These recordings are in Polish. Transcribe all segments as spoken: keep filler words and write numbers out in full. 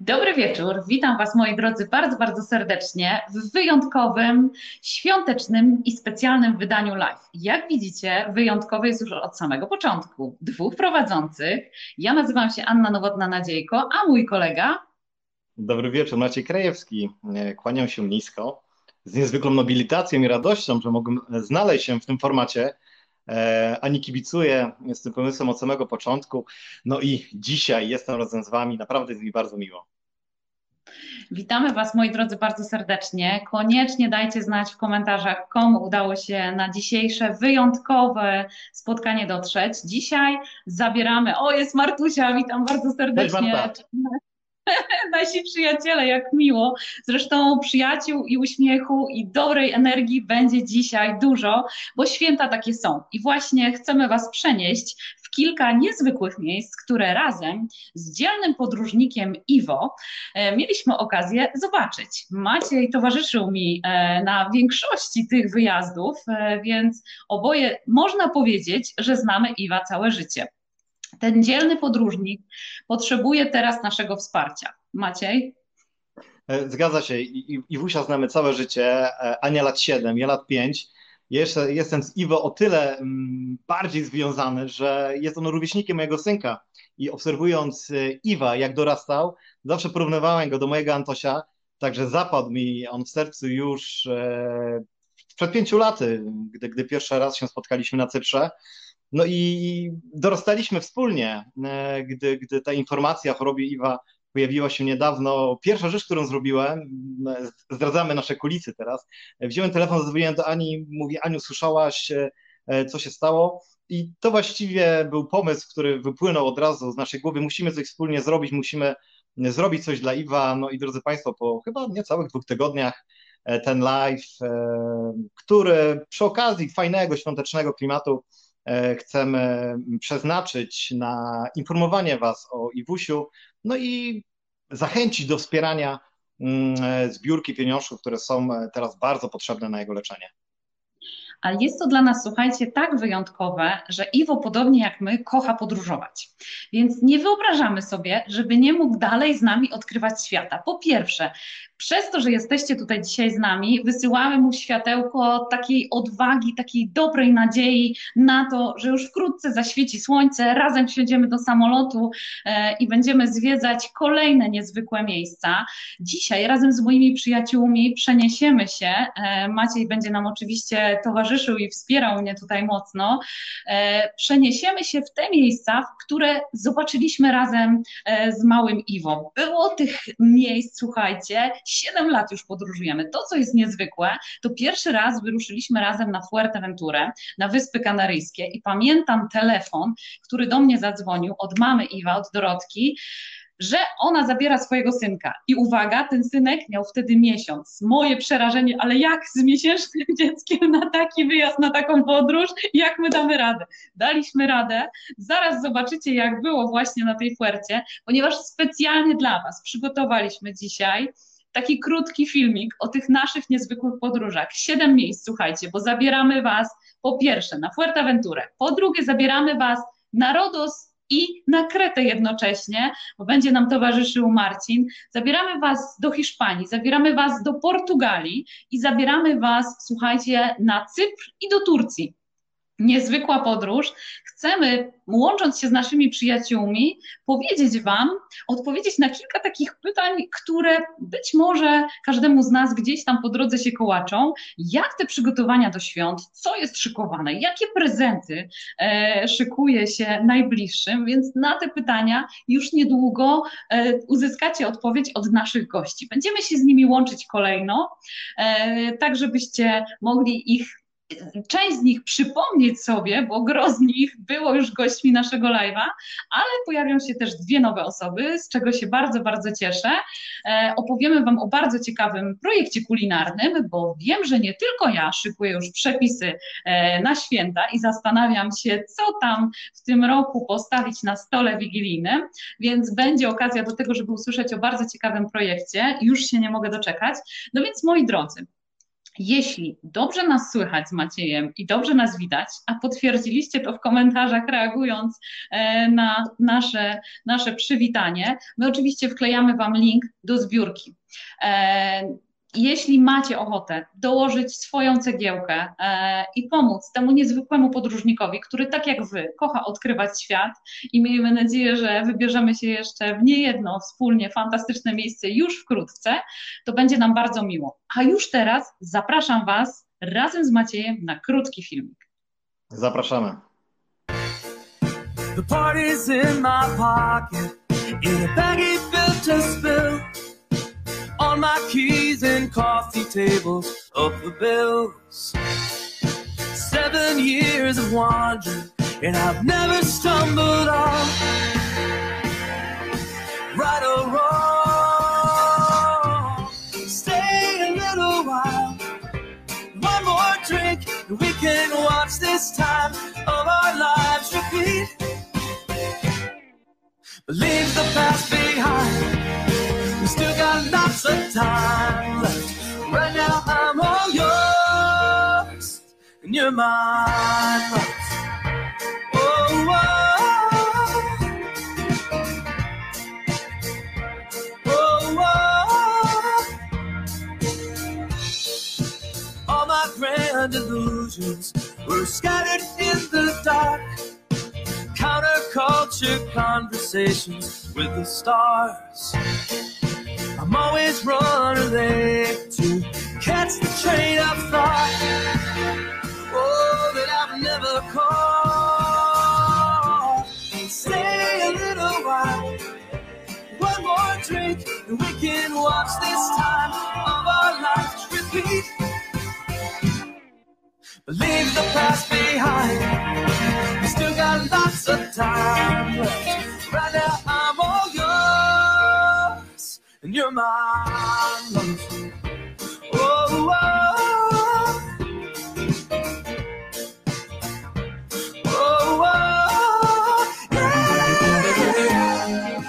Dobry wieczór, witam Was moi drodzy bardzo, bardzo serdecznie w wyjątkowym, świątecznym i specjalnym wydaniu live. Jak widzicie, wyjątkowy jest już od samego początku. Dwóch prowadzących, ja nazywam się Anna Nowotna-Nadziejko, a mój kolega. Dobry wieczór, Maciej Krajewski. E, Kłaniam się nisko. Z niezwykłą nobilitacją i radością, że mogłem znaleźć się w tym formacie. E, Ani kibicuję z tym pomysłem od samego początku. No i dzisiaj jestem razem z Wami. Naprawdę jest mi bardzo miło. Witamy Was moi drodzy bardzo serdecznie. Koniecznie dajcie znać w komentarzach, komu udało się na dzisiejsze wyjątkowe spotkanie dotrzeć. Dzisiaj zabieramy, o jest Martusia, witam bardzo Cześć serdecznie. Marta. Nasi przyjaciele, jak miło. Zresztą przyjaciół i uśmiechu i dobrej energii będzie dzisiaj dużo, bo święta takie są. I właśnie chcemy Was przenieść w kilka niezwykłych miejsc, które razem z dzielnym podróżnikiem Iwo e, mieliśmy okazję zobaczyć. Maciej towarzyszył mi e, na większości tych wyjazdów, e, więc oboje można powiedzieć, że znamy Iwa całe życie. Ten dzielny podróżnik potrzebuje teraz naszego wsparcia. Maciej? E, Zgadza się. I, i, Iwusia znamy całe życie. E, Ania lat siedem, ja lat pięć. Jeszcze jestem z Iwo o tyle mm, bardziej związany, że jest on rówieśnikiem mojego synka. I obserwując e, Iwa, jak dorastał, zawsze porównywałem go do mojego Antosia. Także zapadł mi on w sercu już e, przed pięciu laty, gdy, gdy pierwszy raz się spotkaliśmy na Cyprze. No i dorastaliśmy wspólnie, e, gdy, gdy ta informacja o chorobie Iwa pojawiła się niedawno. Pierwsza rzecz, którą zrobiłem, e, zdradzamy nasze kulisy teraz, e, wziąłem telefon, zadzwoniłem do Ani, mówię: Aniu, słyszałaś, e, e, co się stało? I to właściwie był pomysł, który wypłynął od razu z naszej głowy. Musimy coś wspólnie zrobić, musimy zrobić coś dla Iwa. No i drodzy Państwo, po chyba niecałych dwóch tygodniach e, ten live, e, który przy okazji fajnego, świątecznego klimatu e, chcemy przeznaczyć na informowanie Was o Iwusiu, no i zachęcić do wspierania mm, e, zbiórki pieniążków, które są e, teraz bardzo potrzebne na jego leczenie. Ale jest to dla nas, słuchajcie, tak wyjątkowe, że Iwo, podobnie jak my, kocha podróżować. Więc nie wyobrażamy sobie, żeby nie mógł dalej z nami odkrywać świata. Po pierwsze, przez to, że jesteście tutaj dzisiaj z nami, wysyłamy mu światełko takiej odwagi, takiej dobrej nadziei na to, że już wkrótce zaświeci słońce, razem wsiądziemy do samolotu e, i będziemy zwiedzać kolejne niezwykłe miejsca. Dzisiaj razem z moimi przyjaciółmi przeniesiemy się, e, Maciej będzie nam oczywiście towarzyszył i wspierał mnie tutaj mocno, e, przeniesiemy się w te miejsca, które zobaczyliśmy razem e, z małym Iwą. Było tych miejsc, słuchajcie, siedem lat już podróżujemy. To, co jest niezwykłe, to pierwszy raz wyruszyliśmy razem na Fuerteventurę, na Wyspy Kanaryjskie i pamiętam telefon, który do mnie zadzwonił od mamy Iwa, od Dorotki, że ona zabiera swojego synka. I uwaga, ten synek miał wtedy miesiąc. Moje przerażenie, ale jak z miesięcznym dzieckiem na taki wyjazd, na taką podróż, jak my damy radę? Daliśmy radę. Zaraz zobaczycie, jak było właśnie na tej Fuercie, ponieważ specjalnie dla Was przygotowaliśmy dzisiaj taki krótki filmik o tych naszych niezwykłych podróżach. Siedem miejsc, słuchajcie, bo zabieramy Was po pierwsze na Fuerteventurę, po drugie zabieramy Was na Rodos i na Kretę jednocześnie, bo będzie nam towarzyszył Marcin. Zabieramy Was do Hiszpanii, zabieramy Was do Portugalii i zabieramy Was, słuchajcie, na Cypr i do Turcji. Niezwykła podróż. Chcemy, łącząc się z naszymi przyjaciółmi, powiedzieć Wam, odpowiedzieć na kilka takich pytań, które być może każdemu z nas gdzieś tam po drodze się kołaczą. Jak te przygotowania do świąt, co jest szykowane, jakie prezenty e, szykuje się najbliższym, więc na te pytania już niedługo e, uzyskacie odpowiedź od naszych gości. Będziemy się z nimi łączyć kolejno, e, tak żebyście mogli ich część z nich przypomnieć sobie, bo gro z nich było już gośćmi naszego live'a, ale pojawią się też dwie nowe osoby, z czego się bardzo, bardzo cieszę. E, opowiemy Wam o bardzo ciekawym projekcie kulinarnym, bo wiem, że nie tylko ja szykuję już przepisy e, na święta i zastanawiam się, co tam w tym roku postawić na stole wigilijnym, więc będzie okazja do tego, żeby usłyszeć o bardzo ciekawym projekcie. Już się nie mogę doczekać. No więc moi drodzy, Jeśli dobrze nas słychać z Maciejem i dobrze nas widać, a potwierdziliście to w komentarzach reagując e, na nasze, nasze przywitanie, my oczywiście wklejamy Wam link do zbiórki. E, Jeśli macie ochotę dołożyć swoją cegiełkę e, i pomóc temu niezwykłemu podróżnikowi, który tak jak Wy kocha odkrywać świat i miejmy nadzieję, że wybierzemy się jeszcze w niejedno wspólnie fantastyczne miejsce już wkrótce, to będzie nam bardzo miło. A już teraz zapraszam Was razem z Maciejem na krótki filmik. Zapraszamy. The party's in my pocket, in a baggy filter spill. On my keys and coffee tables up the bills. Seven years of wandering, and I've never stumbled on right or wrong. Stay a little while, one more drink, and we can watch this time of our lives repeat. Leave the past behind, we still got lots of time left. Right now I'm all yours, and you're mine. Oh, oh, oh, oh. All my grand illusions were scattered in the dark. Counterculture conversations with the stars. I'm always running late to catch the train of thought. Oh, that I've never caught. Stay a little while, one more drink, and we can watch this time of our lives repeat. But leave the past behind, we still got lots of time left. Right now I'm all yours, and you're mine. Oh, oh, oh, oh, yeah.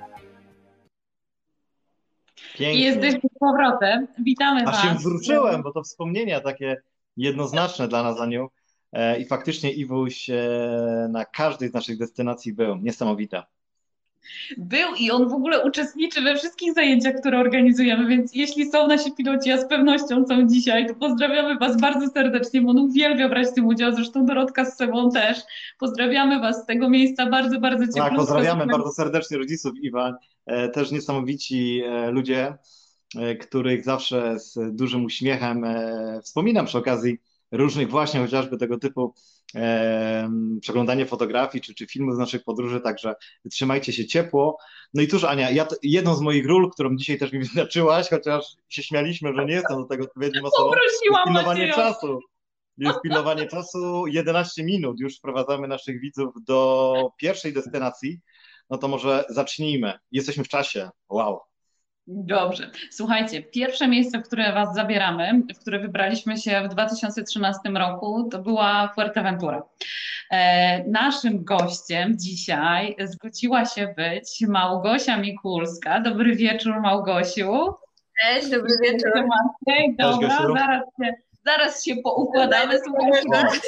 Pięknie. Jesteśmy z powrotem. Witamy Aż się Was. wzruszyłem, bo to wspomnienia takie jednoznaczne dla nas, Aniu. E, I faktycznie Iwuś e, na każdej z naszych destynacji był. Niesamowita. Był i on w ogóle uczestniczy we wszystkich zajęciach, które organizujemy, więc jeśli są nasi piloci, a z pewnością są dzisiaj, to pozdrawiamy Was bardzo serdecznie, bo on uwielbia brać w tym udział, zresztą Dorotka z Sebą też. Pozdrawiamy Was z tego miejsca bardzo, bardzo ciepło. Tak, pozdrawiamy bardzo serdecznie rodziców Iwa. E, też niesamowici e, ludzie, e, których zawsze z dużym uśmiechem e, wspominam przy okazji różnych właśnie chociażby tego typu e, przeglądanie fotografii czy, czy filmów z naszych podróży, także trzymajcie się ciepło. No i cóż, Ania, ja, jedną z moich ról, którą dzisiaj też mi wyznaczyłaś, chociaż się śmialiśmy, że nie jestem do tego odpowiednim osobą, jest pilnowanie czasu. Jest pilnowanie czasu, jedenaście minut, już wprowadzamy naszych widzów do pierwszej destynacji, no to może zacznijmy. Jesteśmy w czasie, wow. Dobrze. Słuchajcie, pierwsze miejsce, w które Was zabieramy, w które wybraliśmy się w dwa tysiące trzynastym roku, to była Fuerteventura. E, naszym gościem dzisiaj zgodziła się być Małgosia Mikulska. Dobry wieczór, Małgosiu. Cześć, dobry wieczór. Maciej, dobra, Cześć, zaraz się, zaraz się poukładamy. Słuchajcie,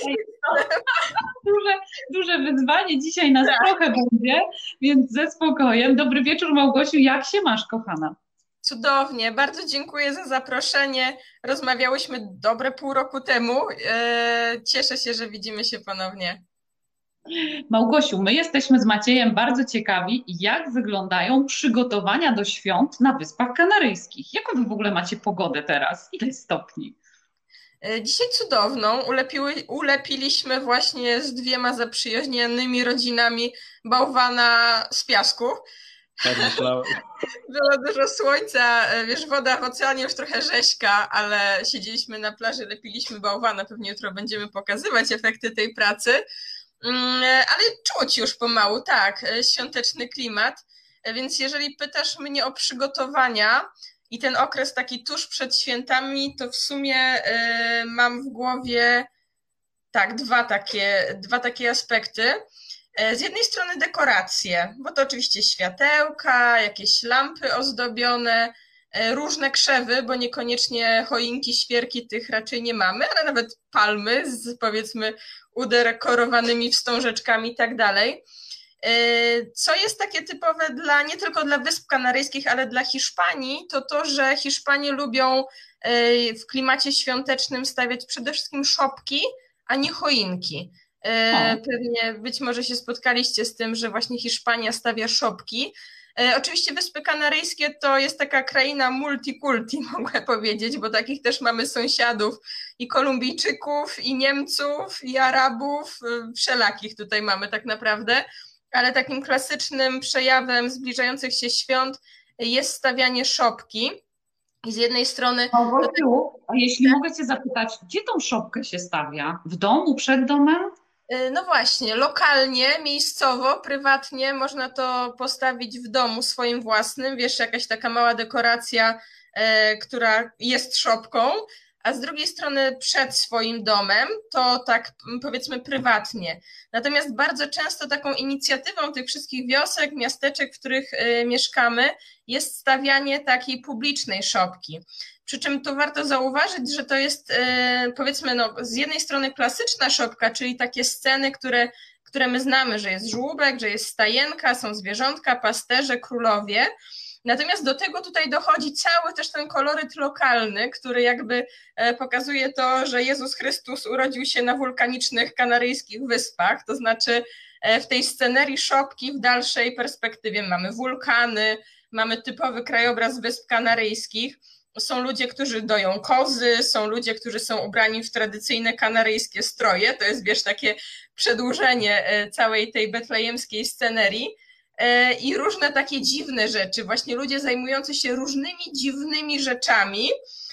duże, duże wyzwanie dzisiaj nas Tak. trochę będzie, więc ze spokojem. Dobry wieczór, Małgosiu, jak się masz, kochana? Cudownie, bardzo dziękuję za zaproszenie. Rozmawiałyśmy dobre pół roku temu. Cieszę się, że widzimy się ponownie. Małgosiu, my jesteśmy z Maciejem bardzo ciekawi, jak wyglądają przygotowania do świąt na Wyspach Kanaryjskich. Jaką wy w ogóle macie pogodę teraz? Ile jest stopni? Dzisiaj cudowną. Ulepiły, ulepiliśmy właśnie z dwiema zaprzyjaźnionymi rodzinami bałwana z piasku. Tak myślałem. Było dużo słońca, wiesz, woda w oceanie już trochę rzeźka, ale siedzieliśmy na plaży, lepiliśmy bałwana. Pewnie jutro będziemy pokazywać efekty tej pracy. Ale czuć już pomału, tak, świąteczny klimat, więc jeżeli pytasz mnie o przygotowania i ten okres taki tuż przed świętami, to w sumie mam w głowie tak, dwa takie, dwa takie aspekty. Z jednej strony dekoracje, bo to oczywiście światełka, jakieś lampy ozdobione, różne krzewy, bo niekoniecznie choinki, świerki tych raczej nie mamy, ale nawet palmy z powiedzmy udekorowanymi wstążeczkami i tak dalej. Co jest takie typowe dla, nie tylko dla Wysp Kanaryjskich, ale dla Hiszpanii, to to, że Hiszpanie lubią w klimacie świątecznym stawiać przede wszystkim szopki, a nie choinki. Pewnie być może się spotkaliście z tym, że właśnie Hiszpania stawia szopki. Oczywiście Wyspy Kanaryjskie to jest taka kraina multikulti, mogę powiedzieć, bo takich też mamy sąsiadów i Kolumbijczyków, i Niemców, i Arabów, wszelakich tutaj mamy tak naprawdę, ale takim klasycznym przejawem zbliżających się świąt jest stawianie szopki. I z jednej strony... Małgosiu, a jeśli mogę Cię zapytać, gdzie tą szopkę się stawia? W domu, przed domem? No właśnie, lokalnie, miejscowo, prywatnie można to postawić w domu swoim własnym, wiesz, jakaś taka mała dekoracja, e, która jest szopką, a z drugiej strony przed swoim domem to tak powiedzmy prywatnie. Natomiast bardzo często taką inicjatywą tych wszystkich wiosek, miasteczek, w których e, mieszkamy, jest stawianie takiej publicznej szopki. Przy czym tu warto zauważyć, że to jest powiedzmy no, z jednej strony klasyczna szopka, czyli takie sceny, które, które my znamy, że jest żłóbek, że jest stajenka, są zwierzątka, pasterze, królowie. Natomiast do tego tutaj dochodzi cały też ten koloryt lokalny, który jakby pokazuje to, że Jezus Chrystus urodził się na wulkanicznych Kanaryjskich Wyspach, to znaczy w tej scenerii szopki w dalszej perspektywie mamy wulkany, mamy typowy krajobraz Wysp Kanaryjskich. Są ludzie, którzy doją kozy, są ludzie, którzy są ubrani w tradycyjne kanaryjskie stroje. To jest, wiesz, takie przedłużenie całej tej betlejemskiej scenerii i różne takie dziwne rzeczy. Właśnie ludzie zajmujący się różnymi dziwnymi rzeczami.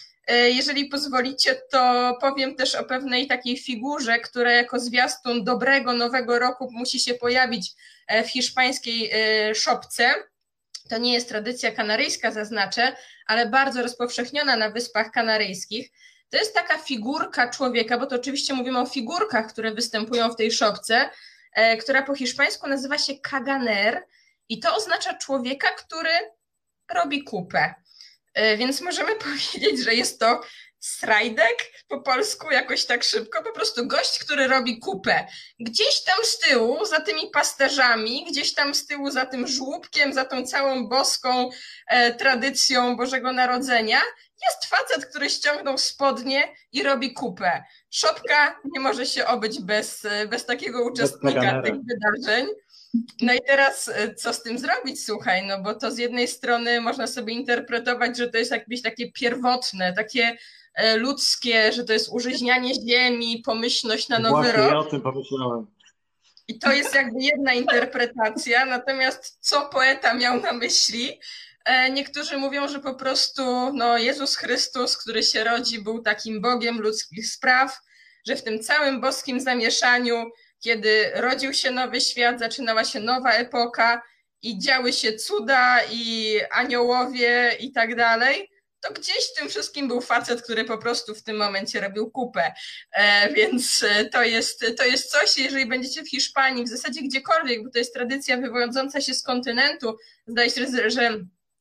Jeżeli pozwolicie, to powiem też o pewnej takiej figurze, która jako zwiastun dobrego nowego roku musi się pojawić w hiszpańskiej szopce. To nie jest tradycja kanaryjska, zaznaczę, ale bardzo rozpowszechniona na Wyspach Kanaryjskich. To jest taka figurka człowieka, bo to oczywiście mówimy o figurkach, które występują w tej szopce, e, która po hiszpańsku nazywa się kaganer i to oznacza człowieka, który robi kupę. E, więc możemy powiedzieć, że jest to srajdek po polsku, jakoś tak szybko, po prostu gość, który robi kupę. Gdzieś tam z tyłu, za tymi pasterzami, gdzieś tam z tyłu, za tym żłóbkiem, za tą całą boską e, tradycją Bożego Narodzenia, jest facet, który ściągnął spodnie i robi kupę. Szopka nie może się obyć bez, bez takiego uczestnika tych wydarzeń. No i teraz co z tym zrobić, słuchaj, no bo to z jednej strony można sobie interpretować, że to jest jakieś takie pierwotne, takie ludzkie, że to jest użyźnianie ziemi, pomyślność na nowy Właśnie, rok. ja o tym pomyślałem. I to jest jakby jedna interpretacja, natomiast co poeta miał na myśli? Niektórzy mówią, że po prostu no, Jezus Chrystus, który się rodzi, był takim Bogiem ludzkich spraw, że w tym całym boskim zamieszaniu, kiedy rodził się nowy świat, zaczynała się nowa epoka i działy się cuda i aniołowie i tak dalej, to gdzieś w tym wszystkim był facet, który po prostu w tym momencie robił kupę. E, więc to jest, to jest coś, jeżeli będziecie w Hiszpanii, w zasadzie gdziekolwiek, bo to jest tradycja wywodząca się z kontynentu, zdaje się, że, że,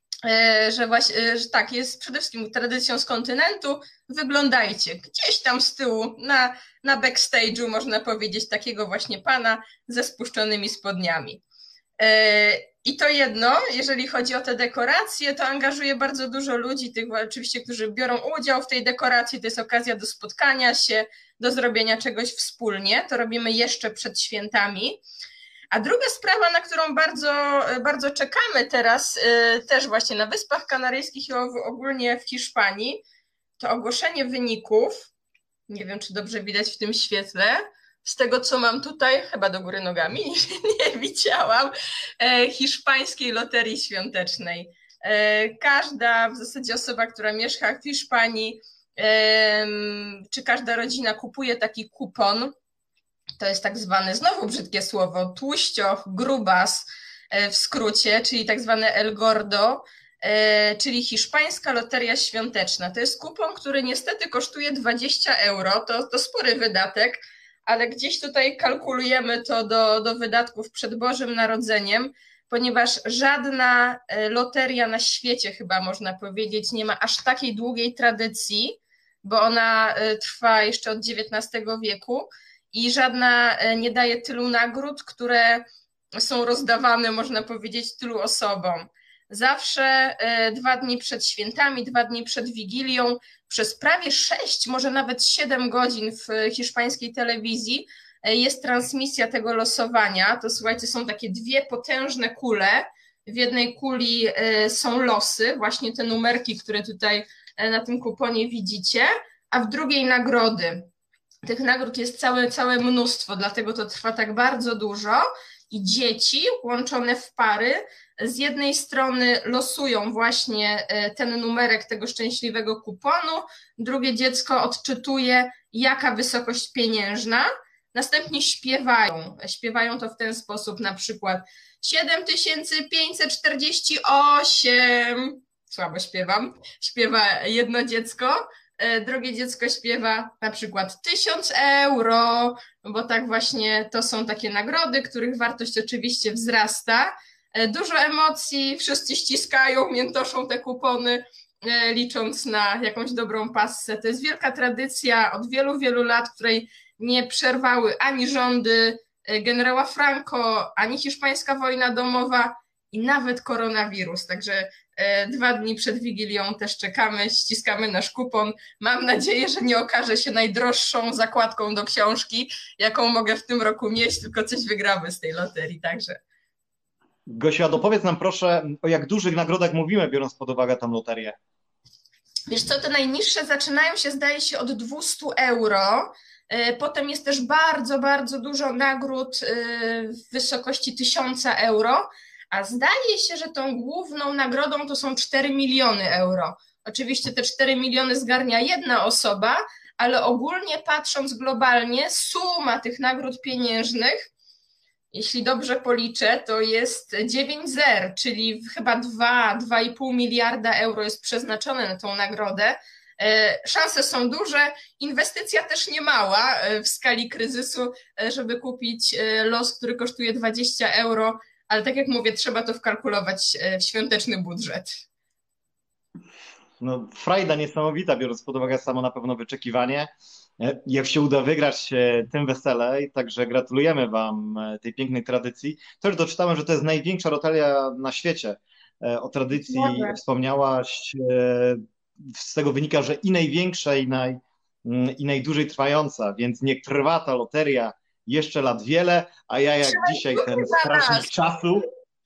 że, właśnie, że tak, jest przede wszystkim tradycją z kontynentu, wyglądajcie gdzieś tam z tyłu, na, na backstage'u można powiedzieć, takiego właśnie pana ze spuszczonymi spodniami. E, I to jedno, jeżeli chodzi o te dekoracje, to angażuje bardzo dużo ludzi, tych oczywiście, którzy biorą udział w tej dekoracji, to jest okazja do spotkania się, do zrobienia czegoś wspólnie, to robimy jeszcze przed świętami. A druga sprawa, na którą bardzo, bardzo czekamy teraz, też właśnie na Wyspach Kanaryjskich i ogólnie w Hiszpanii, to ogłoszenie wyników, nie wiem, czy dobrze widać w tym świetle, z tego, co mam tutaj, chyba do góry nogami, nie widziałam, hiszpańskiej loterii świątecznej. Każda w zasadzie osoba, która mieszka w Hiszpanii, czy każda rodzina kupuje taki kupon, to jest tak zwany, znowu brzydkie słowo, tłuścioch, grubas w skrócie, czyli tak zwane El Gordo, czyli hiszpańska loteria świąteczna. To jest kupon, który niestety kosztuje dwadzieścia euro, to, to spory wydatek, ale gdzieś tutaj kalkulujemy to do, do wydatków przed Bożym Narodzeniem, ponieważ żadna loteria na świecie, chyba można powiedzieć, nie ma aż takiej długiej tradycji, bo ona trwa jeszcze od dziewiętnastego wieku i żadna nie daje tylu nagród, które są rozdawane, można powiedzieć, tylu osobom. Zawsze dwa dni przed świętami, dwa dni przed Wigilią, przez prawie sześć, może nawet siedem godzin w hiszpańskiej telewizji jest transmisja tego losowania. To słuchajcie, są takie dwie potężne kule. W jednej kuli są losy, właśnie te numerki, które tutaj na tym kuponie widzicie, a w drugiej nagrody. Tych nagród jest całe, całe mnóstwo, dlatego to trwa tak bardzo dużo i dzieci łączone w pary z jednej strony losują właśnie ten numerek tego szczęśliwego kuponu, drugie dziecko odczytuje, jaka wysokość pieniężna, następnie śpiewają. Śpiewają to w ten sposób, na przykład siedem tysięcy pięćset czterdzieści osiem, słabo śpiewam, śpiewa jedno dziecko, drugie dziecko śpiewa na przykład tysiąc euro, bo tak właśnie to są takie nagrody, których wartość oczywiście wzrasta. Dużo emocji, wszyscy ściskają, miętoszą te kupony, licząc na jakąś dobrą passę. To jest wielka tradycja od wielu, wielu lat, której nie przerwały ani rządy generała Franco, ani hiszpańska wojna domowa i nawet koronawirus. Także dwa dni przed Wigilią też czekamy, ściskamy nasz kupon. Mam nadzieję, że nie okaże się najdroższą zakładką do książki, jaką mogę w tym roku mieć, tylko coś wygramy z tej loterii. Także. Gosiu, a dopowiedz nam proszę, o jak dużych nagrodach mówimy, biorąc pod uwagę tę loterię. Wiesz co, te najniższe zaczynają się, zdaje się, od dwieście euro. Potem jest też bardzo, bardzo dużo nagród w wysokości tysiąc euro, a zdaje się, że tą główną nagrodą to są cztery miliony euro. Oczywiście te cztery miliony zgarnia jedna osoba, ale ogólnie patrząc globalnie, suma tych nagród pieniężnych, jeśli dobrze policzę, to jest dziewięć zer, czyli chyba dwa, dwa i pół miliarda euro jest przeznaczone na tą nagrodę. Szanse są duże, inwestycja też nie mała w skali kryzysu, żeby kupić los, który kosztuje dwadzieścia euro, ale tak jak mówię, trzeba to wkalkulować w świąteczny budżet. No, frajda niesamowita, biorąc pod uwagę samo na pewno wyczekiwanie. Jak się uda wygrać tym wesele, także gratulujemy Wam tej pięknej tradycji. Też doczytałem, że to jest największa loteria na świecie. O tradycji Dobra. wspomniałaś. Z tego wynika, że i największa, i, naj, i najdłużej trwająca, więc niech trwa ta loteria jeszcze lat wiele, a ja jak Trzeba dzisiaj ten strażnik czasu,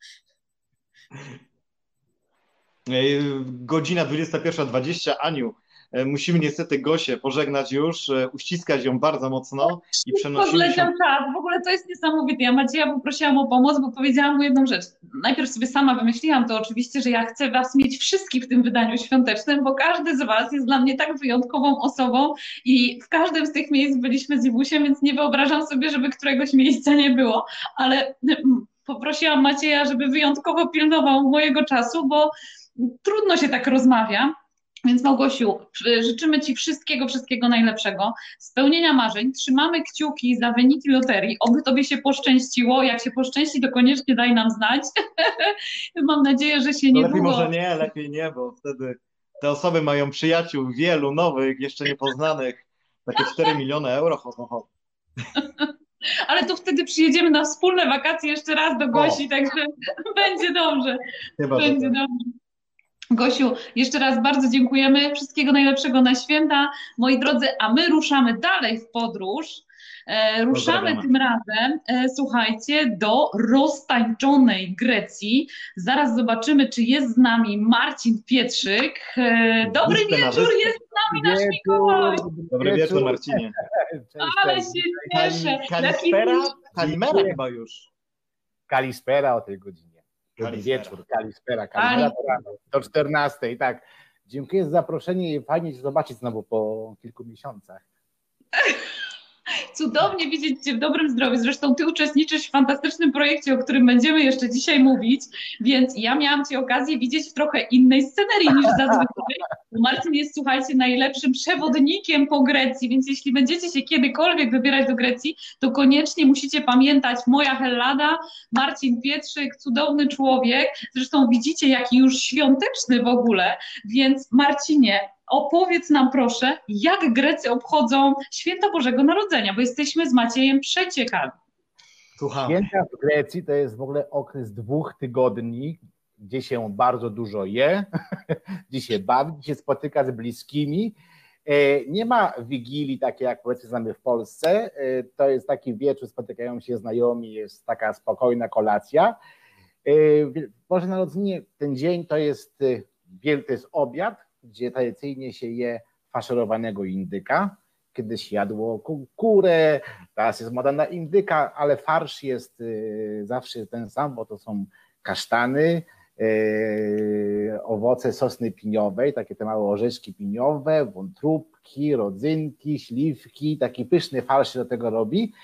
godzina dwudziesta pierwsza dwadzieścia, Aniu, musimy niestety Gosię pożegnać już, uściskać ją bardzo mocno i przenosimy się... czas. W ogóle to jest niesamowite. Ja Macieja poprosiłam o pomoc, bo powiedziałam mu jedną rzecz. Najpierw sobie sama wymyśliłam to oczywiście, że ja chcę Was mieć wszystkich w tym wydaniu świątecznym, bo każdy z Was jest dla mnie tak wyjątkową osobą i w każdym z tych miejsc byliśmy z Iwusiem, więc nie wyobrażam sobie, żeby któregoś miejsca nie było, ale poprosiłam Macieja, żeby wyjątkowo pilnował mojego czasu, bo trudno się tak rozmawia. Więc Małgosiu, życzymy Ci wszystkiego, wszystkiego najlepszego, spełnienia marzeń, trzymamy kciuki za wyniki loterii, oby Tobie się poszczęściło, jak się poszczęści, to koniecznie daj nam znać. Mam nadzieję, że się no niedługo... Lepiej może nie, lepiej nie, bo wtedy te osoby mają przyjaciół wielu, nowych, jeszcze niepoznanych, takie cztery miliony euro, ho, ho, ho. Ale to wtedy przyjedziemy na wspólne wakacje jeszcze raz do Gosi, o. Także będzie dobrze, Chyba będzie tak. dobrze. Gosiu, jeszcze raz bardzo dziękujemy. Wszystkiego najlepszego na święta, moi drodzy, a my ruszamy dalej w podróż. E, ruszamy tym razem, e, słuchajcie, do roztańczonej Grecji. Zaraz zobaczymy, czy jest z nami Marcin Pietrzyk. E, dobry Wyspę wieczór, na jest z nami nasz Mikołaj. Dobry wieczór, Marcinie. Cześć, Ale się cieszę. Kalispera? Kalimera chyba już. Kalispera o tej godzinie. Dobry wieczór, Kalispera, Kalispera do czternastej, tak. Dziękuję za zaproszenie i fajnie się zobaczyć znowu po kilku miesiącach. Cudownie widzieć Cię w dobrym zdrowiu. Zresztą Ty uczestniczysz w fantastycznym projekcie, o którym będziemy jeszcze dzisiaj mówić, więc ja miałam Ci okazję widzieć w trochę innej scenerii niż zazwyczaj. Marcin jest, słuchajcie, najlepszym przewodnikiem po Grecji, więc jeśli będziecie się kiedykolwiek wybierać do Grecji, to koniecznie musicie pamiętać Moja Hellada, Marcin Pietrzyk, cudowny człowiek. Zresztą widzicie, jaki już świąteczny w ogóle, więc Marcinie, opowiedz nam proszę, jak Grecy obchodzą święto Bożego Narodzenia, bo jesteśmy z Maciejem przeciekawi. Słucham. Święta w Grecji to jest w ogóle okres dwóch tygodni, gdzie się bardzo dużo je, gdzie się bawi, gdzie się spotyka z bliskimi. Nie ma wigilii takiej, jak powiedzmy znamy w Polsce. To jest taki wieczór, spotykają się znajomi, jest taka spokojna kolacja. Boże Narodzenie, ten dzień to jest, to jest obiad, gdzie tradycyjnie się je faszerowanego indyka. Kiedyś jadło kurę, teraz jest moda na indyka, ale farsz jest zawsze ten sam, bo to są kasztany, owoce sosny piniowej, takie te małe orzeszki piniowe, wątróbki, rodzynki, śliwki, taki pyszny farsz się do tego robi.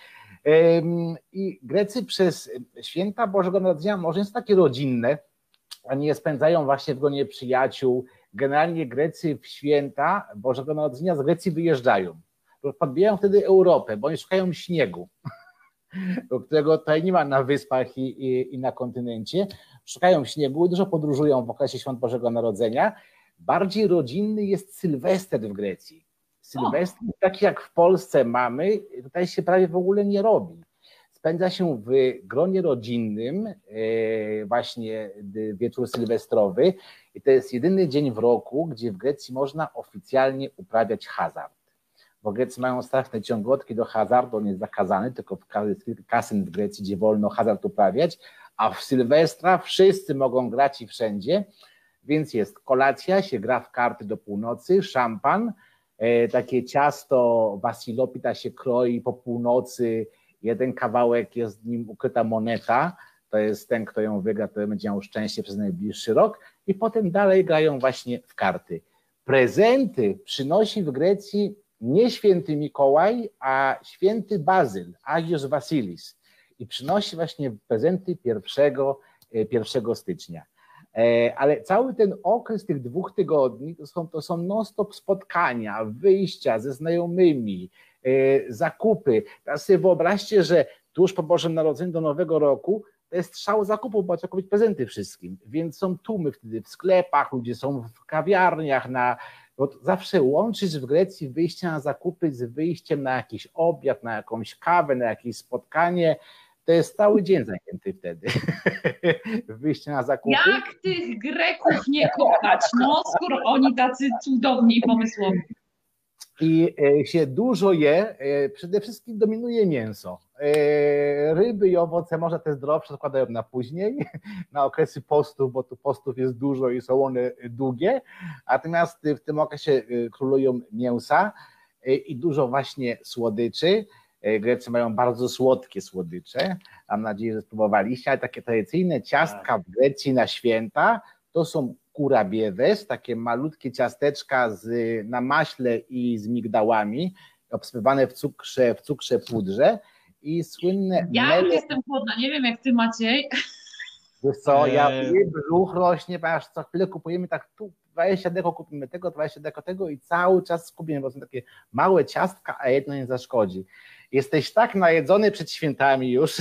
I Grecy przez święta Bożego Narodzenia może jest takie rodzinne, oni je spędzają właśnie w gronie przyjaciół. Generalnie Grecy w święta Bożego Narodzenia z Grecji wyjeżdżają. Podbijają wtedy Europę, bo oni szukają śniegu, którego tutaj nie ma na wyspach i, i, i na kontynencie. Szukają śniegu i dużo podróżują w okresie świąt Bożego Narodzenia. Bardziej rodzinny jest Sylwester w Grecji. Sylwester, taki jak w Polsce mamy, tutaj się prawie w ogóle nie robi. Spędza się w gronie rodzinnym właśnie wieczór sylwestrowy i to jest jedyny dzień w roku, gdzie w Grecji można oficjalnie uprawiać hazard. Bo Grecy mają straszne ciągotki do hazardu, on jest zakazany, tylko w kasyn w Grecji, gdzie wolno hazard uprawiać, a w Sylwestra wszyscy mogą grać i wszędzie, więc jest kolacja, się gra w karty do północy, szampan, takie ciasto wasilopita się kroi po północy, jeden kawałek jest w nim ukryta moneta, to jest ten, kto ją wygra, to będzie miał szczęście przez najbliższy rok i potem dalej grają właśnie w karty. Prezenty przynosi w Grecji nie święty Mikołaj, a święty Bazyl, Agios Vasilis i przynosi właśnie prezenty pierwszego, pierwszego stycznia. Ale cały ten okres tych dwóch tygodni to są, to są non-stop spotkania, wyjścia ze znajomymi, zakupy. Teraz sobie wyobraźcie, że tuż po Bożym Narodzeniu do Nowego Roku to jest szał zakupów, bo trzeba kupić prezenty wszystkim, więc są tłumy wtedy w sklepach, ludzie są w kawiarniach, na, bo zawsze łączyć w Grecji wyjście na zakupy z wyjściem na jakiś obiad, na jakąś kawę, na jakieś spotkanie. To jest cały dzień zajęty wtedy. Wyjście na zakupy. Jak tych Greków nie kochać, no skoro oni tacy cudowni i pomysłowi. I się dużo je, przede wszystkim dominuje mięso. Ryby i owoce może te zdrowsze składają na później, na okresy postów, bo tu postów jest dużo i są one długie, natomiast w tym okresie królują mięsa i dużo właśnie słodyczy. Grecy mają bardzo słodkie słodycze, mam nadzieję, że spróbowaliście, ale takie tradycyjne ciastka w Grecji na święta to są kurabieves, takie malutkie ciasteczka z, na maśle i z migdałami, obsypywane w cukrze, w cukrze pudrze i słynne... Ja mele... już jestem głodna, nie wiem jak ty, Maciej. Wiesz co, ja brzuch rośnie, ponieważ co chwilę kupujemy tak tu dwadzieścia deko, kupimy tego, dwadzieścia deko tego i cały czas skupimy, bo są takie małe ciastka, a jedno nie zaszkodzi. Jesteś tak najedzony przed świętami już,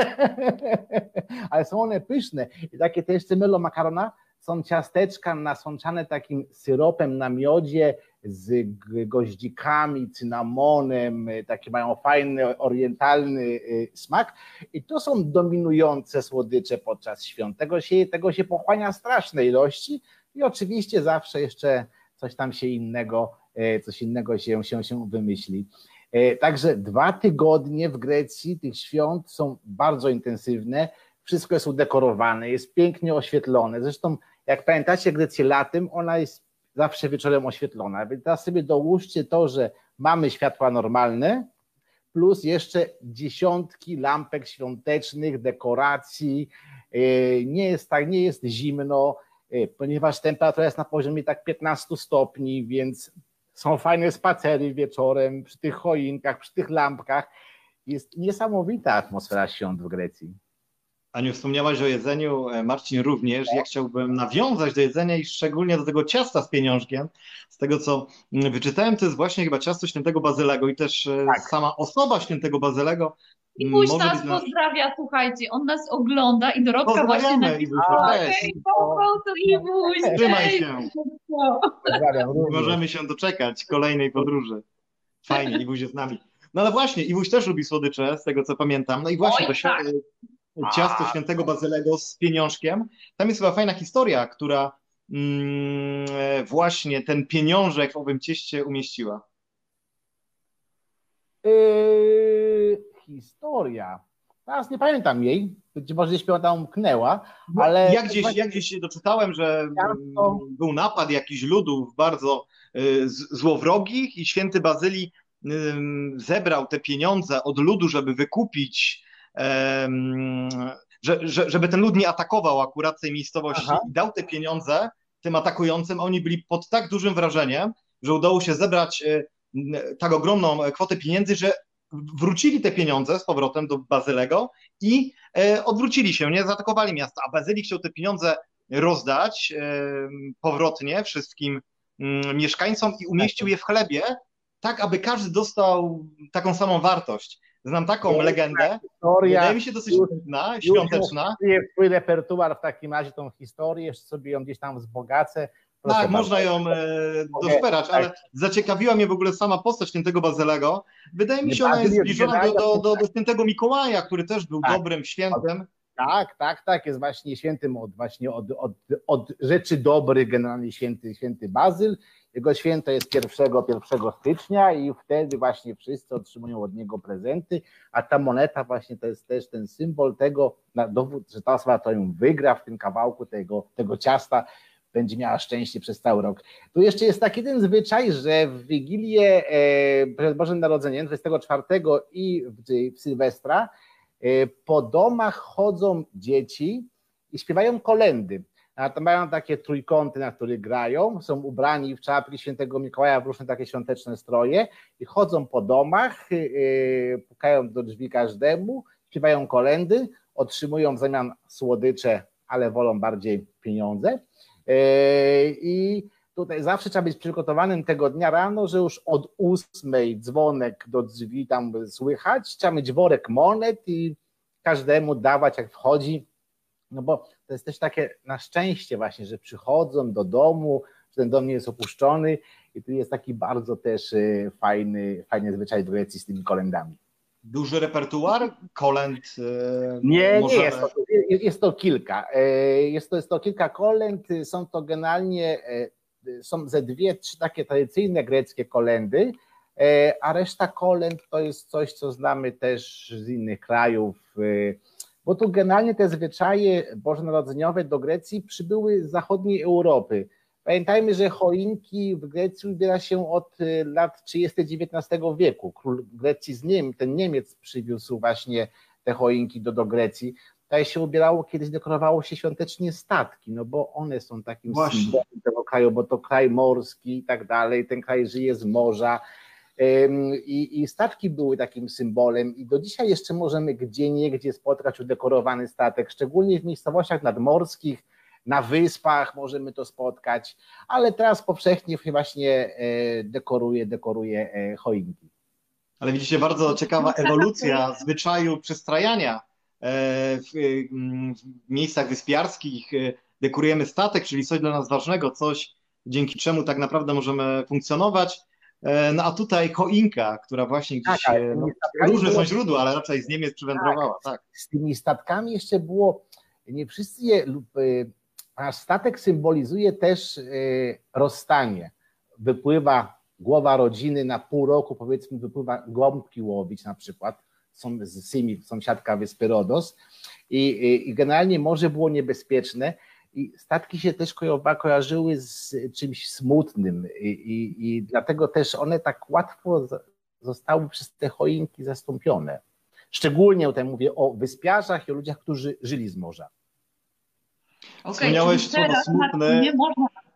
ale są one pyszne i takie też melo makarona, są ciasteczka nasączane takim syropem na miodzie z goździkami, cynamonem, takie mają fajny, orientalny smak i to są dominujące słodycze podczas świąt. Tego się, tego się pochłania straszne ilości i oczywiście zawsze jeszcze coś tam się innego, coś innego się, się, się wymyśli. Także dwa tygodnie w Grecji tych świąt są bardzo intensywne, wszystko jest udekorowane, jest pięknie oświetlone. Zresztą jak pamiętacie Grecję latem, ona jest zawsze wieczorem oświetlona. Więc teraz sobie dołóżcie to, że mamy światła normalne, plus jeszcze dziesiątki lampek świątecznych, dekoracji. Nie jest tak, nie jest zimno, ponieważ temperatura jest na poziomie tak piętnaście stopni, więc są fajne spacery wieczorem przy tych choinkach, przy tych lampkach. Jest niesamowita atmosfera świąt w Grecji. Aniu, wspomniałaś o jedzeniu, Marcin również. Ja chciałbym nawiązać do jedzenia i szczególnie do tego ciasta z pieniążkiem. Z tego, co wyczytałem, to jest właśnie chyba ciasto świętego Bazylego i też tak. sama osoba świętego Bazylego. I Iwuś nas dla... pozdrawia, słuchajcie, on nas ogląda i Dorotka właśnie napisała. Hej, to Iwuś, trzymaj się. Nie możemy się doczekać kolejnej podróży. Fajnie, Iwuś jest z nami. No ale właśnie, Iwuś też lubi słodycze, z tego co pamiętam. No i właśnie Oj, to tak. ciasto świętego Bazylego z pieniążkiem. Tam jest chyba fajna historia, która mm, właśnie ten pieniążek w owym cieście umieściła. Yy, historia. Teraz nie pamiętam jej, być może gdzieś mi tam umknęła, ale... Ja gdzieś, ja gdzieś doczytałem, że to... był napad jakichś ludów bardzo y, złowrogich i święty Bazyli y, zebrał te pieniądze od ludu, żeby wykupić Że, że, żeby ten lud nie atakował akurat tej miejscowości. Aha. I dał te pieniądze tym atakującym. Oni byli pod tak dużym wrażeniem, że udało się zebrać tak ogromną kwotę pieniędzy, że wrócili te pieniądze z powrotem do Bazylego i odwrócili się, nie zaatakowali miasta. A Bazyli chciał te pieniądze rozdać powrotnie wszystkim mieszkańcom i umieścił je w chlebie, tak aby każdy dostał taką samą wartość. Znam taką legendę, historia, wydaje mi się dosyć trudna, świąteczna. Jest twój repertuar w takim razie tą historię, jeszcze sobie ją gdzieś tam wzbogacę. Proszę tak, bardzo. Można ją e, doszperać, ale tak. Zaciekawiła mnie w ogóle sama postać świętego Bazylego. Wydaje mi się, że ona jest zbliżona do, do, do, do świętego Mikołaja, który też był tak. dobrym świętem. Tak, tak, tak, jest właśnie świętym od, właśnie od, od, od rzeczy dobrych, generalnie święty, święty Bazyl. Jego święto jest pierwszego stycznia i wtedy właśnie wszyscy otrzymują od niego prezenty, a ta moneta właśnie to jest też ten symbol tego, na dowód, że ta osoba, która ją wygra w tym kawałku tego, tego ciasta, będzie miała szczęście przez cały rok. Tu jeszcze jest taki jeden zwyczaj, że w Wigilię e, przed Bożym Narodzeniem, dwudziestego czwartego i w, w Sylwestra, e, po domach chodzą dzieci i śpiewają kolędy. A to mają takie trójkąty, na których grają, są ubrani w czapki świętego Mikołaja, w różne takie świąteczne stroje i chodzą po domach, yy, pukają do drzwi każdemu, śpiewają kolędy, otrzymują w zamian słodycze, ale wolą bardziej pieniądze. Yy, I tutaj zawsze trzeba być przygotowanym tego dnia rano, że już od ósmej dzwonek do drzwi tam słychać, trzeba mieć worek monet i każdemu dawać jak wchodzi. No bo to jest też takie na szczęście właśnie, że przychodzą do domu, że ten dom nie jest opuszczony i tu jest taki bardzo też fajny, fajny zwyczaj w Grecji z tymi kolędami. Duży repertuar kolęd? Nie, może... nie jest to, jest to kilka. Jest to, jest to kilka kolęd, są to generalnie, są ze dwie, trzy takie tradycyjne greckie kolędy, a reszta kolęd to jest coś, co znamy też z innych krajów, bo tu generalnie te zwyczaje bożonarodzeniowe do Grecji przybyły z zachodniej Europy. Pamiętajmy, że choinki w Grecji ubiera się od lat trzydziestych dziewiętnastego wieku. Król Grecji z Niem, ten Niemiec przywiózł właśnie te choinki do, do Grecji. Tutaj się ubierało, kiedyś dekorowało się świątecznie statki, no bo one są takim właśnie symbolem tego kraju, bo to kraj morski i tak dalej, ten kraj żyje z morza. I, I statki były takim symbolem i do dzisiaj jeszcze możemy gdzieniegdzie spotkać udekorowany statek, szczególnie w miejscowościach nadmorskich, na wyspach możemy to spotkać, ale teraz powszechnie właśnie dekoruje, dekoruje choinki. Ale widzicie, bardzo ciekawa ewolucja zwyczaju przystrajania. W miejscach wyspiarskich dekorujemy statek, czyli coś dla nas ważnego, coś dzięki czemu tak naprawdę możemy funkcjonować. No a tutaj choinka, która właśnie gdzieś, tak, no, różne są źródła, ale raczej z Niemiec przywędrowała. Tak, tak. Z tymi statkami jeszcze było, nie wszyscy je, nasz statek symbolizuje też rozstanie. Wypływa głowa rodziny na pół roku, powiedzmy wypływa gąbki łowić na przykład, są z Symi, sąsiadka wyspy Rodos i, i, i generalnie morze było niebezpieczne. I statki się też kojarzyły z czymś smutnym i, i, i dlatego też one tak łatwo zostały przez te choinki zastąpione. Szczególnie tutaj mówię o wyspiarzach i o ludziach, którzy żyli z morza. Okej, okay, teraz smutne... nie można...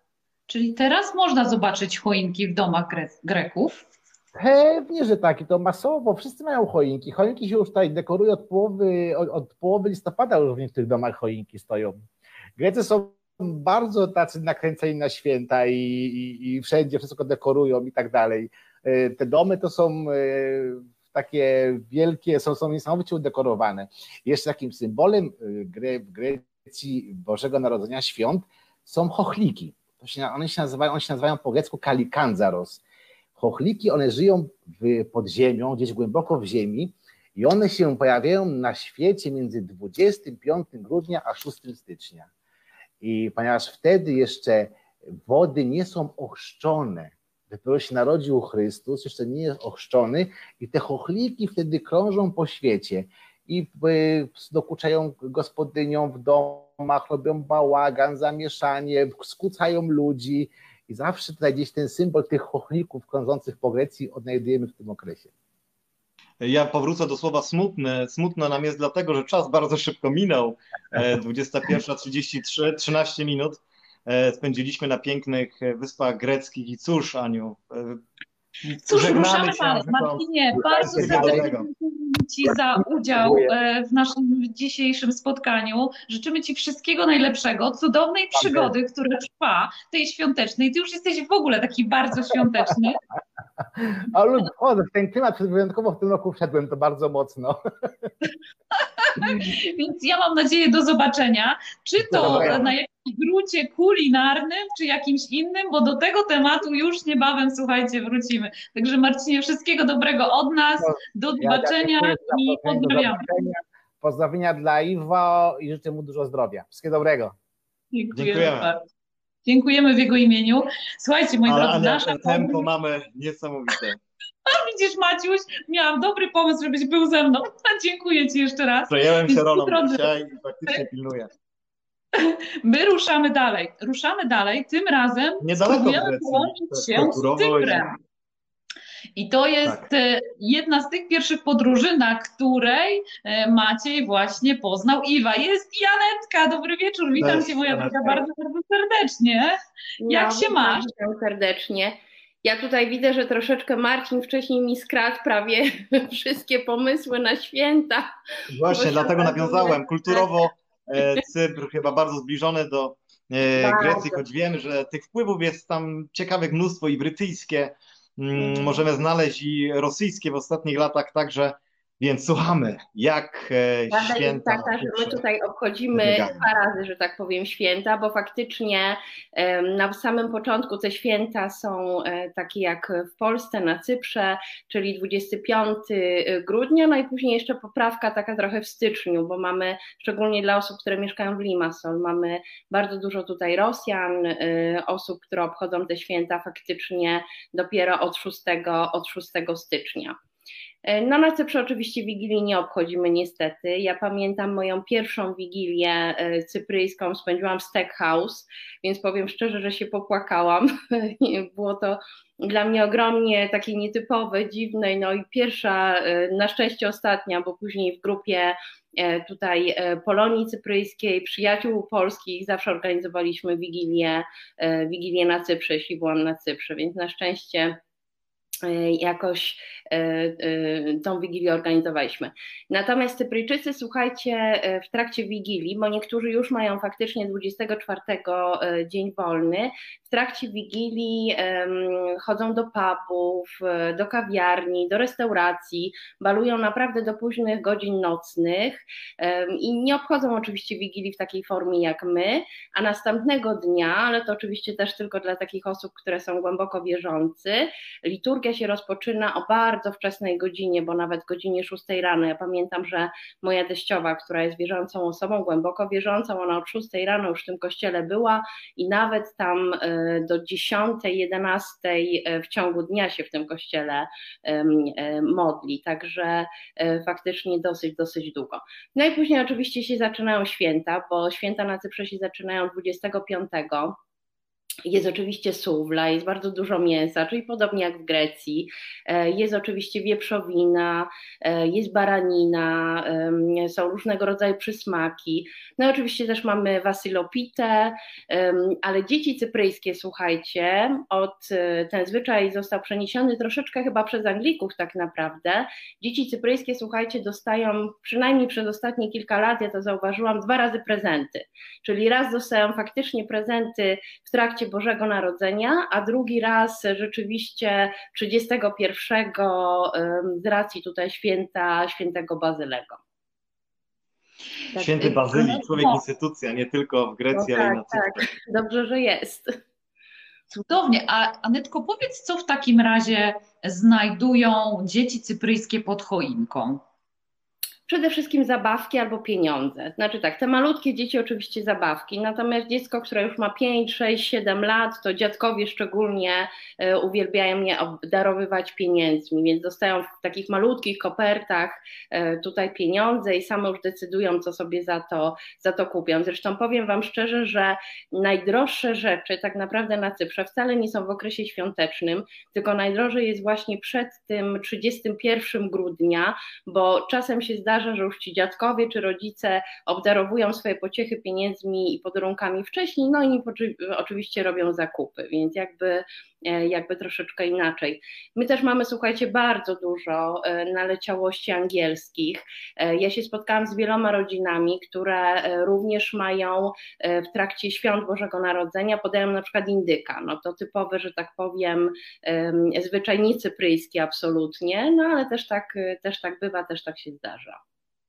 Czyli teraz można zobaczyć choinki w domach Gre Greków. Pewnie, że tak, i to masowo, wszyscy mają choinki. Choinki się już tutaj dekorują od połowy, od, od połowy listopada, już w niektórych domach choinki stoją. Grecy są bardzo tacy nakręceni na święta i, i, i wszędzie wszystko dekorują i tak dalej. Te domy to są takie wielkie, są, są niesamowicie udekorowane. Jeszcze takim symbolem w Grecji Bożego Narodzenia świąt są chochliki. To się, one, się nazywają, one się nazywają po grecku kalikandzaros. Chochliki, one żyją w, pod ziemią, gdzieś głęboko w ziemi i one się pojawiają na świecie między dwudziestego piątego grudnia a szóstego stycznia. I ponieważ wtedy jeszcze wody nie są ochrzczone, dopiero się narodził Chrystus, jeszcze nie jest ochrzczony i te chochliki wtedy krążą po świecie i dokuczają gospodyniom w domach, robią bałagan, zamieszanie, skłócają ludzi i zawsze tutaj gdzieś ten symbol tych chochlików krążących po Grecji odnajdujemy w tym okresie. Ja powrócę do słowa smutne. Smutno nam jest dlatego, że czas bardzo szybko minął. dwudziesta pierwsza trzydzieści trzy, trzynaście minut spędziliśmy na pięknych wyspach greckich i cóż, Aniu, cóż, ruszamy dalej. Marcinie, bardzo serdecznie dziękuję Ci za udział w naszym dzisiejszym spotkaniu. Życzymy Ci wszystkiego najlepszego, cudownej przygody, która trwa, tej świątecznej. Ty już jesteś w ogóle taki bardzo świąteczny. Ale w ten klimat wyjątkowo w tym roku wszedłem, to bardzo mocno. Więc ja mam nadzieję do zobaczenia, czy to na jakimś gruncie kulinarnym, czy jakimś innym, bo do tego tematu już niebawem, słuchajcie, wrócimy. Także Marcinie, wszystkiego dobrego od nas, do zobaczenia ja i pozdrawiamy. Pozdrowienia dla Iwo i życzę mu dużo zdrowia. Wszystkiego dobrego. Dziękujemy, Dziękujemy. bardzo. Dziękujemy w jego imieniu. Słuchajcie, moi Ale drodzy, Ania, nasza tempo podróż... mamy niesamowite. A widzisz, Maciuś, miałam dobry pomysł, żebyś był ze mną. Dziękuję Ci jeszcze raz. Przejąłem się rolą drodzy... dzisiaj i faktycznie pilnuję. My ruszamy dalej. Ruszamy dalej, tym razem spróbujemy połączyć się z Cyprem. I to jest tak. jedna z tych pierwszych podróży, na której Maciej właśnie poznał Iwa. Jest Janetka, dobry wieczór, witam Cześć, Cię moja droga bardzo, bardzo serdecznie. Jak no, się masz? Witam serdecznie. Ja tutaj widzę, że troszeczkę Marcin wcześniej mi skradł prawie wszystkie pomysły na święta. Właśnie, dlatego nawiązałem. Kulturowo Cypr chyba bardzo zbliżony do Grecji, choć wiem, że tych wpływów jest tam ciekawych mnóstwo i brytyjskie, mm. możemy znaleźć i rosyjskie w ostatnich latach także, więc słuchamy, jak Prawda święta... jest taka, że my tutaj obchodzimy dwa razy, że tak powiem, święta, bo faktycznie na samym początku te święta są takie jak w Polsce, na Cyprze, czyli dwudziestego piątego grudnia, no i później jeszcze poprawka taka trochę w styczniu, bo mamy, szczególnie dla osób, które mieszkają w Limassol, mamy bardzo dużo tutaj Rosjan, osób, które obchodzą te święta faktycznie dopiero od szóstego, od szóstego stycznia. No na Cyprze oczywiście Wigilii nie obchodzimy niestety. Ja pamiętam moją pierwszą Wigilię cypryjską spędziłam w Steakhouse, więc powiem szczerze, że się popłakałam. Było to dla mnie ogromnie takie nietypowe, dziwne, no i pierwsza, na szczęście ostatnia, bo później w grupie tutaj Polonii Cypryjskiej, przyjaciół polskich zawsze organizowaliśmy Wigilię, Wigilię na Cyprze, jeśli byłam na Cyprze, więc na szczęście jakoś tą Wigilię organizowaliśmy. Natomiast Cypryjczycy, słuchajcie, w trakcie Wigilii, bo niektórzy już mają faktycznie dwudziestego czwartego dzień wolny, w trakcie Wigilii chodzą do pubów, do kawiarni, do restauracji, balują naprawdę do późnych godzin nocnych i nie obchodzą oczywiście Wigilii w takiej formie jak my, a następnego dnia, ale to oczywiście też tylko dla takich osób, które są głęboko wierzący, liturgia się rozpoczyna o bardzo wczesnej godzinie, bo nawet godzinie szóstej rano. Ja pamiętam, że moja teściowa, która jest wierzącą osobą, głęboko wierzącą, ona od szóstej rano już w tym kościele była i nawet tam do dziesiątej, jedenastej w ciągu dnia się w tym kościele modli, także faktycznie dosyć, dosyć długo. No i później oczywiście się zaczynają święta, bo święta na Cyprze się zaczynają dwudziestego piątego. Jest oczywiście suwla, jest bardzo dużo mięsa, czyli podobnie jak w Grecji. Jest oczywiście wieprzowina, jest baranina, są różnego rodzaju przysmaki. No i oczywiście też mamy wasylopitę, ale dzieci cypryjskie, słuchajcie, od, ten zwyczaj został przeniesiony troszeczkę chyba przez Anglików tak naprawdę. Dzieci cypryjskie, słuchajcie, dostają przynajmniej przez ostatnie kilka lat, ja to zauważyłam, dwa razy prezenty. Czyli raz dostają faktycznie prezenty w trakcie Bożego Narodzenia, a drugi raz rzeczywiście trzydziestego pierwszego z racji tutaj święta świętego Bazylego. Tak, Święty Bazylii, człowiek no, instytucja, nie tylko w Grecji, no ale tak, i na Cyprze. Tak, dobrze, że jest. Cudownie. A Anetko, powiedz, co w takim razie znajdują dzieci cypryjskie pod choinką? Przede wszystkim zabawki albo pieniądze. Znaczy tak, te malutkie dzieci oczywiście zabawki, natomiast dziecko, które już ma pięć, sześć, siedem lat, to dziadkowie szczególnie uwielbiają je obdarowywać pieniędzmi, więc dostają w takich malutkich kopertach tutaj pieniądze i same już decydują, co sobie za to, za to kupią. Zresztą powiem wam szczerze, że najdroższe rzeczy tak naprawdę na Cyprze wcale nie są w okresie świątecznym, tylko najdrożej jest właśnie przed tym trzydziestego pierwszego grudnia, bo czasem się zdarza, że już ci dziadkowie czy rodzice obdarowują swoje pociechy pieniędzmi i podarunkami wcześniej, no i oczywiście robią zakupy, więc jakby, jakby troszeczkę inaczej. My też mamy, słuchajcie, bardzo dużo naleciałości angielskich. Ja się spotkałam z wieloma rodzinami, które również mają w trakcie świąt Bożego Narodzenia, podają na przykład indyka, no to typowy, że tak powiem, zwyczaj nie cypryjski absolutnie, no ale też tak, też tak bywa, też tak się zdarza.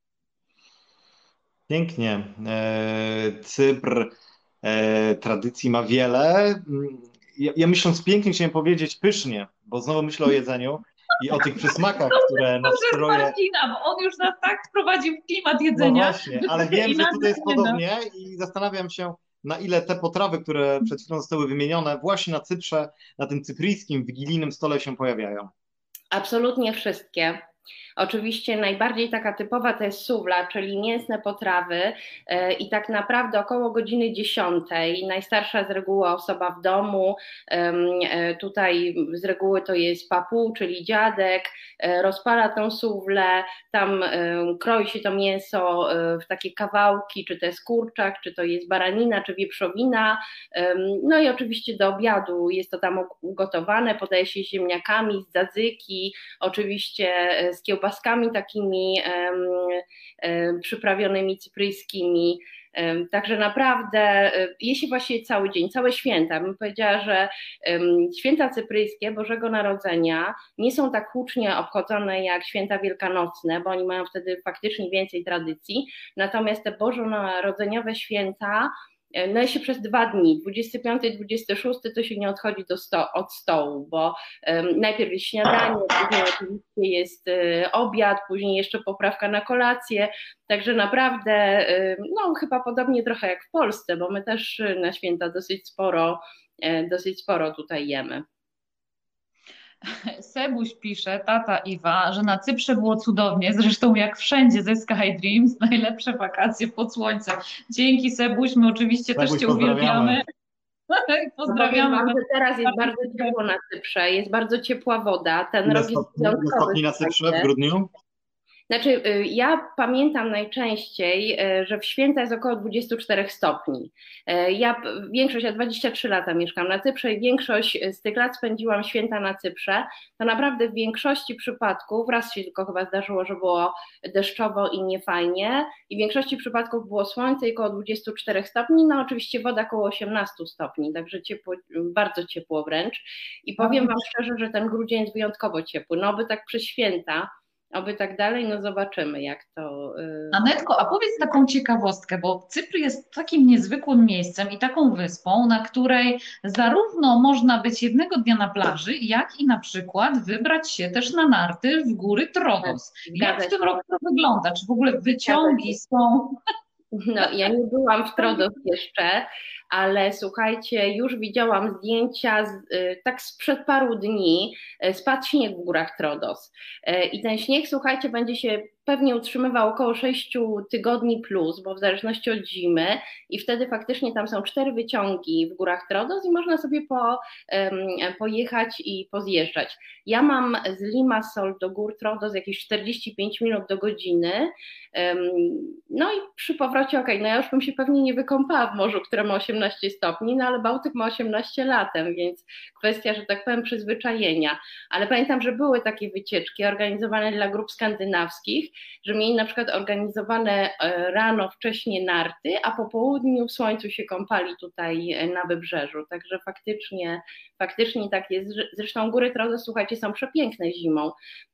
Pięknie. Cypr tradycji ma wiele. Ja, ja myśląc pięknie chciałem powiedzieć pysznie, bo znowu myślę o jedzeniu i o tych przysmakach, które nas stroje. Marcina, bo on już nas tak wprowadził w klimat jedzenia. No właśnie, ale wiem, że tutaj jest podobnie i zastanawiam się, na ile te potrawy, które przed chwilą zostały wymienione, właśnie na Cyprze, na tym cypryjskim, wigilijnym stole się pojawiają. Absolutnie wszystkie. Oczywiście najbardziej taka typowa to jest suwla, czyli mięsne potrawy i tak naprawdę około godziny dziesiątej, najstarsza z reguły osoba w domu, tutaj z reguły to jest papu, czyli dziadek, rozpala tą suwlę, tam kroi się to mięso w takie kawałki, czy to jest kurczak, czy to jest baranina, czy wieprzowina, no i oczywiście do obiadu jest to tam ugotowane, podaje się z ziemniakami, z dzadzyki, oczywiście z kiełbaskami takimi um, um, przyprawionymi cypryjskimi. Um, także naprawdę um, je się właściwie cały dzień, całe święta. Bym powiedziała, że um, święta cypryjskie Bożego Narodzenia nie są tak hucznie obchodzone jak święta wielkanocne, bo oni mają wtedy faktycznie więcej tradycji. Natomiast te bożonarodzeniowe święta, no i się przez dwa dni, dwudziestego piątego i dwudziestego szóstego, to się nie odchodzi do sto, od stołu, bo um, najpierw jest śniadanie, później oczywiście jest y, obiad, później jeszcze poprawka na kolację, także naprawdę, y, no chyba podobnie trochę jak w Polsce, bo my też na święta dosyć sporo, y, dosyć sporo tutaj jemy. Sebuś pisze, tata Iwa, że na Cyprze było cudownie, zresztą jak wszędzie ze Sky Dreams, najlepsze wakacje pod słońcem. Dzięki Sebuś, my oczywiście Sebuś, też Cię uwielbiamy. Pozdrawiamy. Wam, że teraz jest bardzo ciepło na Cyprze, jest bardzo ciepła woda. Ten rok jest wyjątkowy. Stopni na Cyprze w grudniu? Znaczy, ja pamiętam najczęściej, że w święta jest około dwadzieścia cztery stopni. Ja większość, ja dwadzieścia trzy lata mieszkam na Cyprze i większość z tych lat spędziłam święta na Cyprze. To naprawdę w większości przypadków, raz się tylko chyba zdarzyło, że było deszczowo i niefajnie, i w większości przypadków było słońce i około dwadzieścia cztery stopni, no oczywiście woda około osiemnaście stopni, także ciepło, bardzo ciepło wręcz. I powiem wam szczerze, że ten grudzień jest wyjątkowo ciepły, no by tak przez święta, oby tak dalej, no zobaczymy jak to... Yy... Anetko, a powiedz taką ciekawostkę, bo Cypr jest takim niezwykłym miejscem i taką wyspą, na której zarówno można być jednego dnia na plaży, jak i na przykład wybrać się też na narty w góry Trodos. Jak w tym roku to wygląda? Czy w ogóle wyciągi są... No, ja nie byłam w Trodos jeszcze, ale słuchajcie, już widziałam zdjęcia z, tak sprzed paru dni, spadł śnieg w górach Trodos i ten śnieg, słuchajcie, będzie się pewnie utrzymywał około sześciu tygodni plus, bo w zależności od zimy i wtedy faktycznie tam są cztery wyciągi w górach Trodos i można sobie po, um, pojechać i pozjeżdżać. Ja mam z Limassol do gór Trodos jakieś czterdzieści pięć minut do godziny, um, no i przy powrocie, okej, okay, no ja już bym się pewnie nie wykąpała w morzu, które ma osiemnaście stopni, no ale Bałtyk ma osiemnaście latem, więc kwestia, że tak powiem, przyzwyczajenia. Ale pamiętam, że były takie wycieczki organizowane dla grup skandynawskich, że mieli na przykład organizowane rano wcześnie narty, a po południu w słońcu się kąpali tutaj na wybrzeżu, także faktycznie, faktycznie tak jest. Zresztą góry Trodos, słuchajcie, są przepiękne zimą.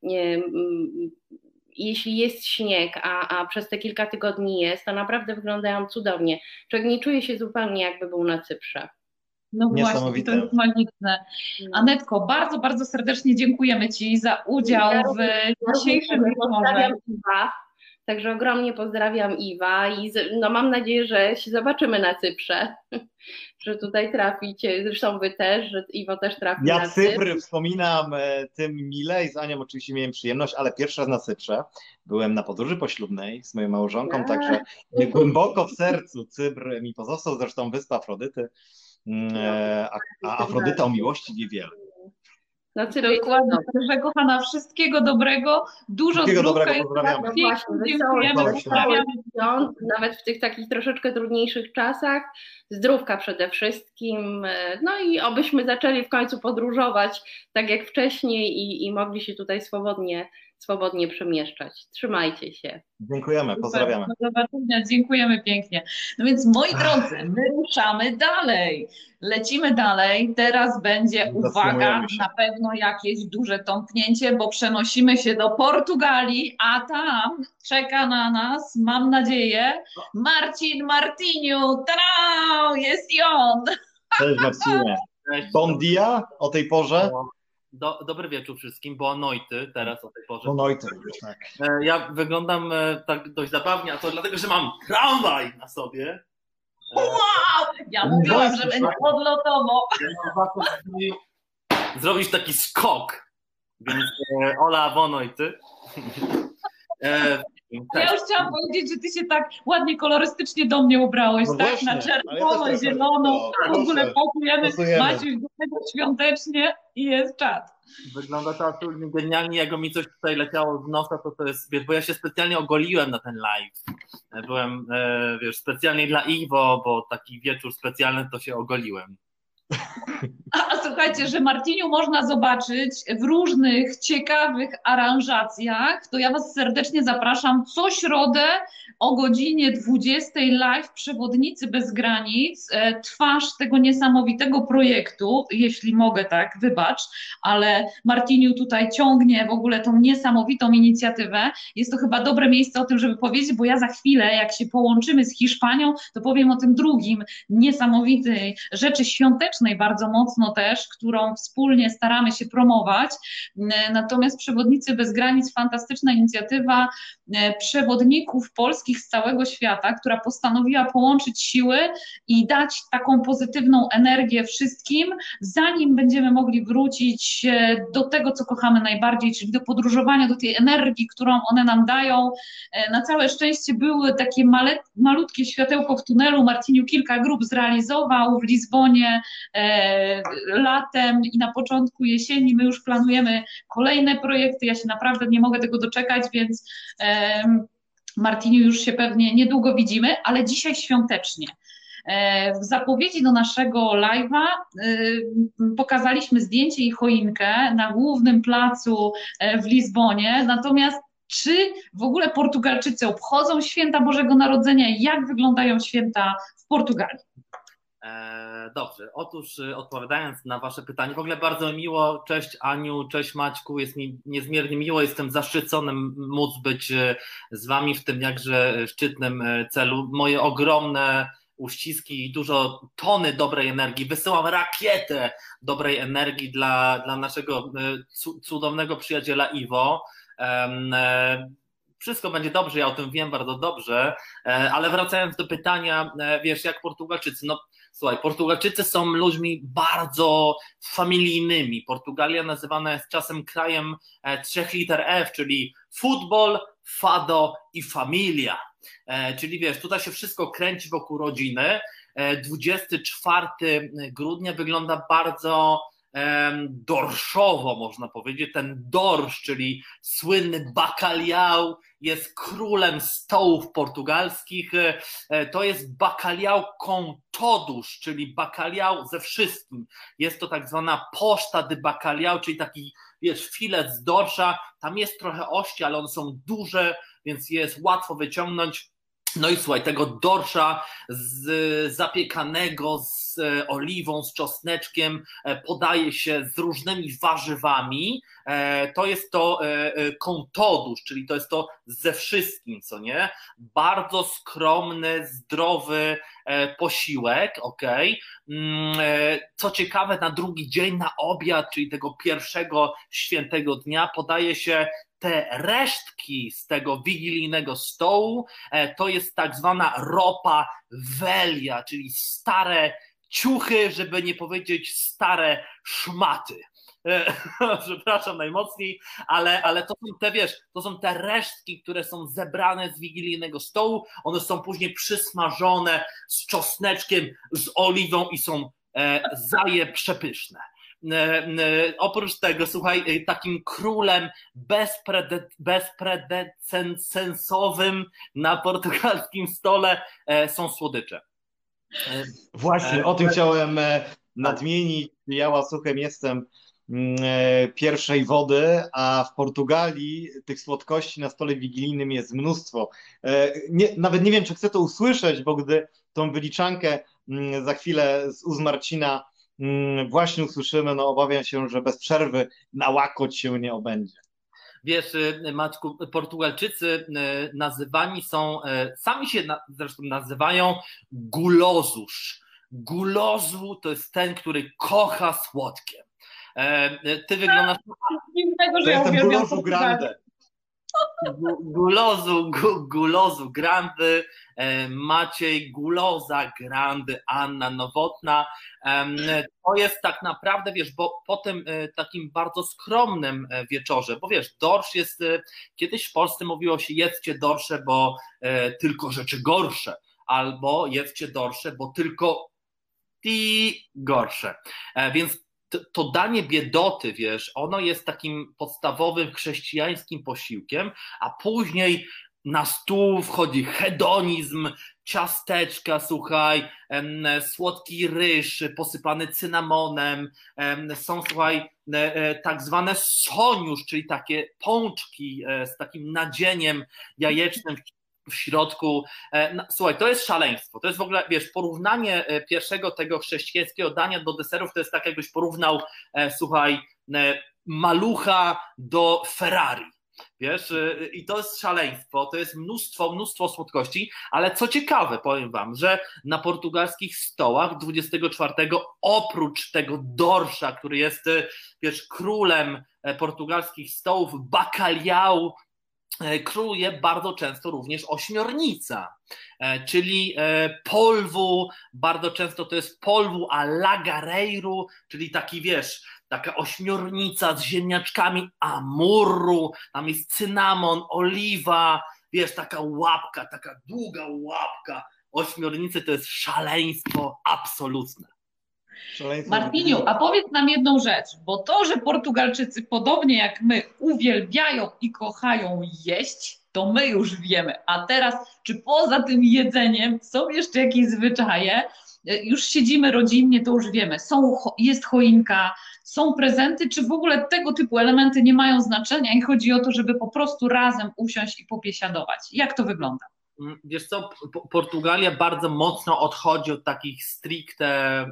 Jeśli jest śnieg, a, a przez te kilka tygodni jest, to naprawdę wyglądają cudownie. Człowiek nie czuje się zupełnie, jakby był na Cyprze. No właśnie, to jest magiczne. Anetko, bardzo, bardzo serdecznie dziękujemy Ci za udział ja w dzisiejszym wieczorze. Także ogromnie pozdrawiam Iwa i no mam nadzieję, że się zobaczymy na Cyprze, że tutaj traficie, zresztą Wy też, że Iwo też trafi ja na Cypr. Ja Cypr wspominam tym mile i z Anią oczywiście miałem przyjemność, ale pierwszy raz na Cyprze. Byłem na podróży poślubnej z moją małżonką, ja. także głęboko w sercu Cypr mi pozostał, zresztą wyspa Afrodyty. A, a Afrodyta o miłości wie wiele. No, dokładnie, że kochana, wszystkiego dobrego, dużo wszystkiego zdrówka. Dobrego, pozdrawiam. No właśnie, dziękujemy, pozdrawiamy. Nawet w tych takich troszeczkę trudniejszych czasach, zdrówka przede wszystkim, no i obyśmy zaczęli w końcu podróżować tak jak wcześniej i, i mogli się tutaj swobodnie, swobodnie przemieszczać. Trzymajcie się. Dziękujemy, pozdrawiamy. Do zobaczenia, dziękujemy pięknie. No więc moi drodzy, my ruszamy dalej. Lecimy dalej. Teraz będzie, uwaga, na pewno jakieś duże tąpnięcie, bo przenosimy się do Portugalii, a tam czeka na nas, mam nadzieję, Marcin Martiniu. Tada! Jest i on. Cześć Marcinie. Cześć. Bon dia o tej porze. Do, dobry wieczór wszystkim, bo Nojty teraz o tej porze. Bo Nojty, tak. Ja wyglądam tak dość zabawnie, a to dlatego, że mam tramwaj na sobie. Wow! Ja mówiłam, że będzie odlotowo. Zrobić taki skok. Więc Ola, bo Nojty. Ja już chciałam powiedzieć, że ty się tak ładnie kolorystycznie do mnie ubrałeś, no tak? Właśnie, na czerwono, ja zielono, w ogóle pokujemy, Maciuś do tego świątecznie i jest czad. Wygląda to absolutnie genialnie, jak mi coś tutaj leciało z nosa, to to jest, wiesz, bo ja się specjalnie ogoliłem na ten live. Byłem, wiesz, specjalnie dla Iwo, bo taki wieczór specjalny, to się ogoliłem. A, a słuchajcie, że Martiniu można zobaczyć w różnych ciekawych aranżacjach, to ja Was serdecznie zapraszam co środę o godzinie dwudziestej live Przewodnicy bez granic, e, twarz tego niesamowitego projektu, jeśli mogę tak, wybacz, ale Martiniu tutaj ciągnie w ogóle tą niesamowitą inicjatywę. Jest to chyba dobre miejsce o tym, żeby powiedzieć, bo ja za chwilę, jak się połączymy z Hiszpanią, to powiem o tym drugim niesamowitej rzeczy świątecznej, bardzo mocno też, którą wspólnie staramy się promować. Natomiast Przewodnicy bez granic, fantastyczna inicjatywa przewodników polskich z całego świata, która postanowiła połączyć siły i dać taką pozytywną energię wszystkim, zanim będziemy mogli wrócić do tego, co kochamy najbardziej, czyli do podróżowania, do tej energii, którą one nam dają. Na całe szczęście były takie male, malutkie światełko w tunelu. Marciniu kilka grup zrealizował w Lizbonie e, latem i na początku jesieni. My już planujemy kolejne projekty. Ja się naprawdę nie mogę tego doczekać, więc e, Martiniu, już się pewnie niedługo widzimy, ale dzisiaj świątecznie. W zapowiedzi do naszego live'a pokazaliśmy zdjęcie i choinkę na głównym placu w Lizbonie, natomiast czy w ogóle Portugalczycy obchodzą święta Bożego Narodzenia? Jak wyglądają święta w Portugalii? Dobrze, otóż odpowiadając na Wasze pytanie, w ogóle bardzo miło, cześć Aniu, cześć Maćku, jest mi niezmiernie miło, jestem zaszczycony móc być z Wami w tym jakże szczytnym celu. Moje ogromne uściski i dużo tony dobrej energii, wysyłam rakietę dobrej energii dla, dla naszego cudownego przyjaciela Iwo. Wszystko będzie dobrze, ja o tym wiem bardzo dobrze, ale wracając do pytania, wiesz, jak Portugalczycy, no Słuchaj, Portugalczycy są ludźmi bardzo familijnymi. Portugalia nazywana jest czasem krajem trzech liter F, czyli futbol, fado i familia. Czyli wiesz, tutaj się wszystko kręci wokół rodziny. dwudziestego czwartego grudnia wygląda bardzo dorszowo, można powiedzieć. Ten dorsz, czyli słynny bacalhau, jest królem stołów portugalskich. To jest bacalhau com todos, czyli bacalhau ze wszystkim. Jest to tak zwana posta de bacalhau, czyli taki, wiesz, filet z dorsza. Tam jest trochę ości, ale one są duże, więc jest łatwo wyciągnąć. No i słuchaj, tego dorsza z zapiekanego z oliwą, z czosneczkiem podaje się z różnymi warzywami. To jest to com todos, czyli to jest to ze wszystkim, co nie? Bardzo skromny, zdrowy posiłek, okej. Co ciekawe, na drugi dzień, na obiad, czyli tego pierwszego świętego dnia, podaje się te resztki z tego wigilijnego stołu. To jest tak zwana ropa velia, czyli stare ciuchy, żeby nie powiedzieć stare szmaty. Przepraszam najmocniej, ale, ale to są te, wiesz, to są te resztki, które są zebrane z wigilijnego stołu. One są później przysmażone z czosneczkiem, z oliwą i są e, zaje przepyszne. Oprócz tego, słuchaj, takim królem bezprecedensowym na portugalskim stole są słodycze. Właśnie, o tym chciałem nadmienić. Ja łasuchem jestem pierwszej wody, a w Portugalii tych słodkości na stole wigilijnym jest mnóstwo. Nie, nawet nie wiem, czy chcę to usłyszeć, bo gdy tą wyliczankę za chwilę z ust Marcina właśnie usłyszymy, no obawiam się, że bez przerwy na łakoć się nie obędzie. Wiesz, Maćku, Portugalczycy nazywani są, sami się zresztą nazywają gulosus. Gulosu to jest ten, który kocha słodkie. Ty wyglądasz... To jestem gulosu grande. Gulozu, gu, gulozu Grandy, Maciej, Guloza Grandy, Anna Nowotna. To jest tak naprawdę, wiesz, bo po tym takim bardzo skromnym wieczorze, bo wiesz, dorsz jest, kiedyś w Polsce mówiło się jedzcie dorsze, bo tylko rzeczy gorsze, albo jedzcie dorsze, bo tylko i gorsze. Więc To, to danie biedoty, wiesz, ono jest takim podstawowym chrześcijańskim posiłkiem, a później na stół wchodzi hedonizm, ciasteczka, słuchaj, em, słodki ryż posypany cynamonem, em, są, słuchaj, e, tak zwane soniusz, czyli takie pączki e, z takim nadzieniem jajecznym w środku. No, słuchaj, to jest szaleństwo. To jest w ogóle, wiesz, porównanie pierwszego tego chrześcijańskiego dania do deserów, to jest tak, jakbyś porównał, e, słuchaj, e, malucha do Ferrari. Wiesz, i to jest szaleństwo, to jest mnóstwo, mnóstwo słodkości, ale co ciekawe, powiem wam, że na portugalskich stołach dwudziestego czwartego oprócz tego dorsza, który jest, wiesz, królem portugalskich stołów, bacalhau, króluje bardzo często również ośmiornica, czyli polwu, bardzo często to jest polwu a lagareiru, czyli taki, wiesz, taka ośmiornica z ziemniaczkami amurru, tam jest cynamon, oliwa, wiesz, taka łapka, taka długa łapka ośmiornicy, to jest szaleństwo absolutne. Martiniu, a powiedz nam jedną rzecz, bo to, że Portugalczycy podobnie jak my uwielbiają i kochają jeść, to my już wiemy. A teraz, czy poza tym jedzeniem są jeszcze jakieś zwyczaje? Już siedzimy rodzinnie, to już wiemy. Są, jest choinka, są prezenty, czy w ogóle tego typu elementy nie mają znaczenia i chodzi o to, żeby po prostu razem usiąść i pobiesiadować. Jak to wygląda? Wiesz co, Portugalia bardzo mocno odchodzi od takich stricte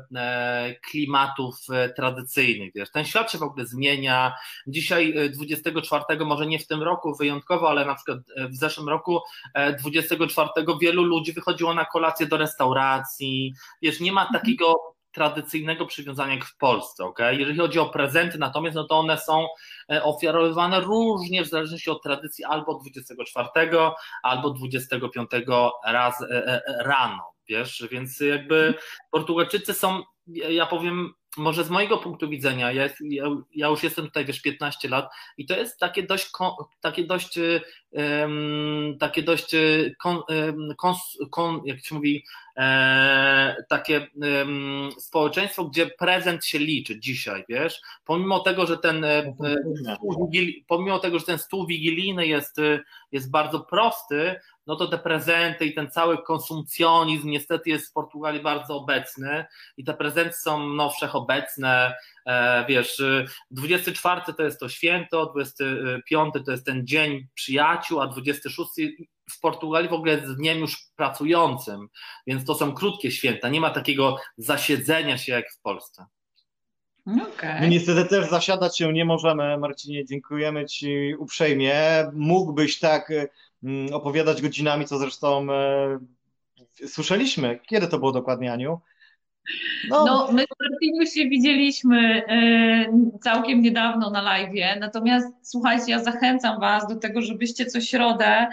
klimatów tradycyjnych, wiesz, ten świat się w ogóle zmienia, dzisiaj dwudziestego czwartego, może nie w tym roku wyjątkowo, ale na przykład w zeszłym roku dwudziestego czwartego wielu ludzi wychodziło na kolację do restauracji, wiesz, nie ma takiego tradycyjnego przywiązania jak w Polsce, okay? Jeżeli chodzi o prezenty natomiast, no to one są ofiarowywane różnie w zależności od tradycji albo dwudziestego czwartego albo dwudziestego piątego raz rano. wiesz, więc jakby Portugalczycy są, ja powiem, może z mojego punktu widzenia, ja, ja, ja już jestem tutaj, wiesz, piętnaście lat i to jest takie dość, takie dość, um, takie dość, kon, kon, kon, jak się mówi, e, takie um, społeczeństwo, gdzie prezent się liczy dzisiaj, wiesz, pomimo tego, że ten stół, pomimo tego, że ten stół wigilijny jest, jest bardzo prosty, no to te prezenty i ten cały konsumpcjonizm niestety jest w Portugalii bardzo obecny i te prezenty są no wszechobecne, e, wiesz, dwudziesty czwarty to jest to święto, dwudziesty piąty to jest ten dzień przyjaciół, a dwudziesty szósty w Portugalii w ogóle jest dniem już pracującym, więc to są krótkie święta, nie ma takiego zasiedzenia się jak w Polsce. Okay. My niestety też zasiadać się nie możemy, Marcinie, dziękujemy Ci uprzejmie. Mógłbyś tak opowiadać godzinami, co zresztą e, słyszeliśmy. Kiedy to było dokładnie, Aniu? No, no my z Martiniu się widzieliśmy e, całkiem niedawno na live'ie, natomiast słuchajcie, ja zachęcam Was do tego, żebyście co środę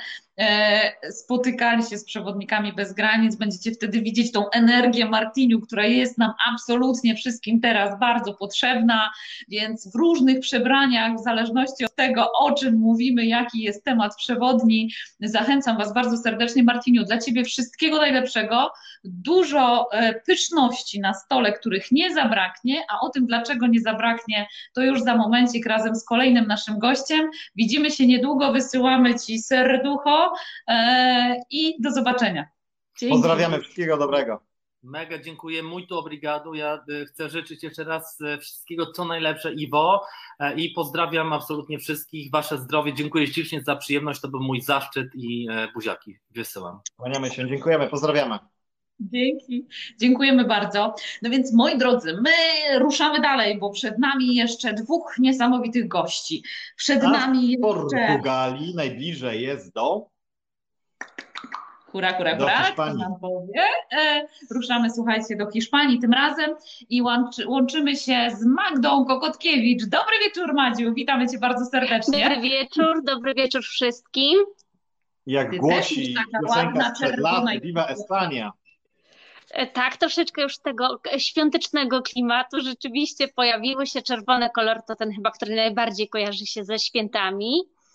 e, spotykali się z Przewodnikami Bez Granic, będziecie wtedy widzieć tą energię Martiniu, która jest nam absolutnie wszystkim teraz bardzo potrzebna, więc w różnych przebraniach, w zależności od tego, o czym mówimy, jaki jest temat przewodni, zachęcam Was bardzo serdecznie. Martiniu, dla Ciebie wszystkiego najlepszego, dużo e, pyszności na stole, których nie zabraknie, a o tym, dlaczego nie zabraknie, to już za momencik razem z kolejnym naszym gościem. Widzimy się niedługo, wysyłamy Ci serducho e, i do zobaczenia. Dzięki. Pozdrawiamy, wszystkiego dobrego. Mega dziękuję, muito obrigado. Ja chcę życzyć jeszcze raz wszystkiego co najlepsze, Iwo, i pozdrawiam absolutnie wszystkich, wasze zdrowie. Dziękuję ślicznie za przyjemność, to był mój zaszczyt i buziaki wysyłam. Kłaniamy się, dziękujemy, pozdrawiamy. Dzięki, dziękujemy bardzo. No więc moi drodzy, my ruszamy dalej, bo przed nami jeszcze dwóch niesamowitych gości. Przed A nami jeszcze... Portugalii najbliżej jest do... Hura, hura, do hura, Hiszpanii. nam powie. E, ruszamy, słuchajcie, do Hiszpanii tym razem i łączy, łączymy się z Magdą Kokotkiewicz. Dobry wieczór, Madziu, witamy Cię bardzo serdecznie. Dobry wieczór, dobry wieczór wszystkim. Jak Ty głosi piosenka sprzed lat, Viva Espania. Tak, troszeczkę już tego świątecznego klimatu. Rzeczywiście pojawiły się czerwony kolor, to ten chyba, który najbardziej kojarzy się ze świętami.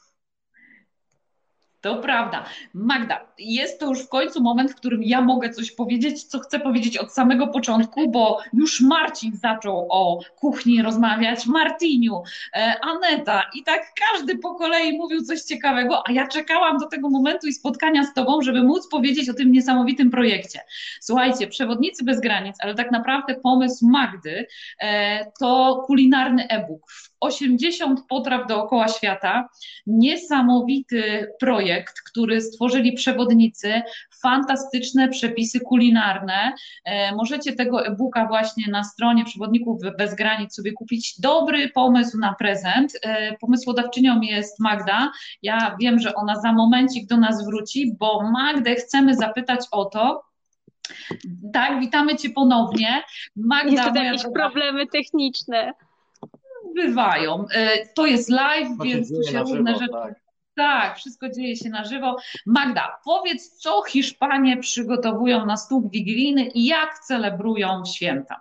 To prawda. Magda, jest to już w końcu moment, w którym ja mogę coś powiedzieć, co chcę powiedzieć od samego początku, bo już Marcin zaczął o kuchni rozmawiać, Martiniu, e, Aneta i tak każdy po kolei mówił coś ciekawego, a ja czekałam do tego momentu i spotkania z Tobą, żeby móc powiedzieć o tym niesamowitym projekcie. Słuchajcie, Przewodnicy Bez Granic, ale tak naprawdę pomysł Magdy e, to kulinarny e-book. osiemdziesiąt potraw dookoła świata, niesamowity projekt, który stworzyli przewodnicy, fantastyczne przepisy kulinarne. E, możecie tego e-booka właśnie na stronie Przewodników Bez Granic sobie kupić. Dobry pomysł na prezent. E, pomysłodawczynią jest Magda. Ja wiem, że ona za momencik do nas wróci, bo Magdę chcemy zapytać o to. Tak, witamy Cię ponownie. Magda, Niestety jakieś droga... problemy techniczne. Bywają. To jest live, to więc tu się różne żywo, rzeczy... Tak. tak, wszystko dzieje się na żywo. Magda, powiedz, co Hiszpanie przygotowują na stół wigilijny i jak celebrują święta?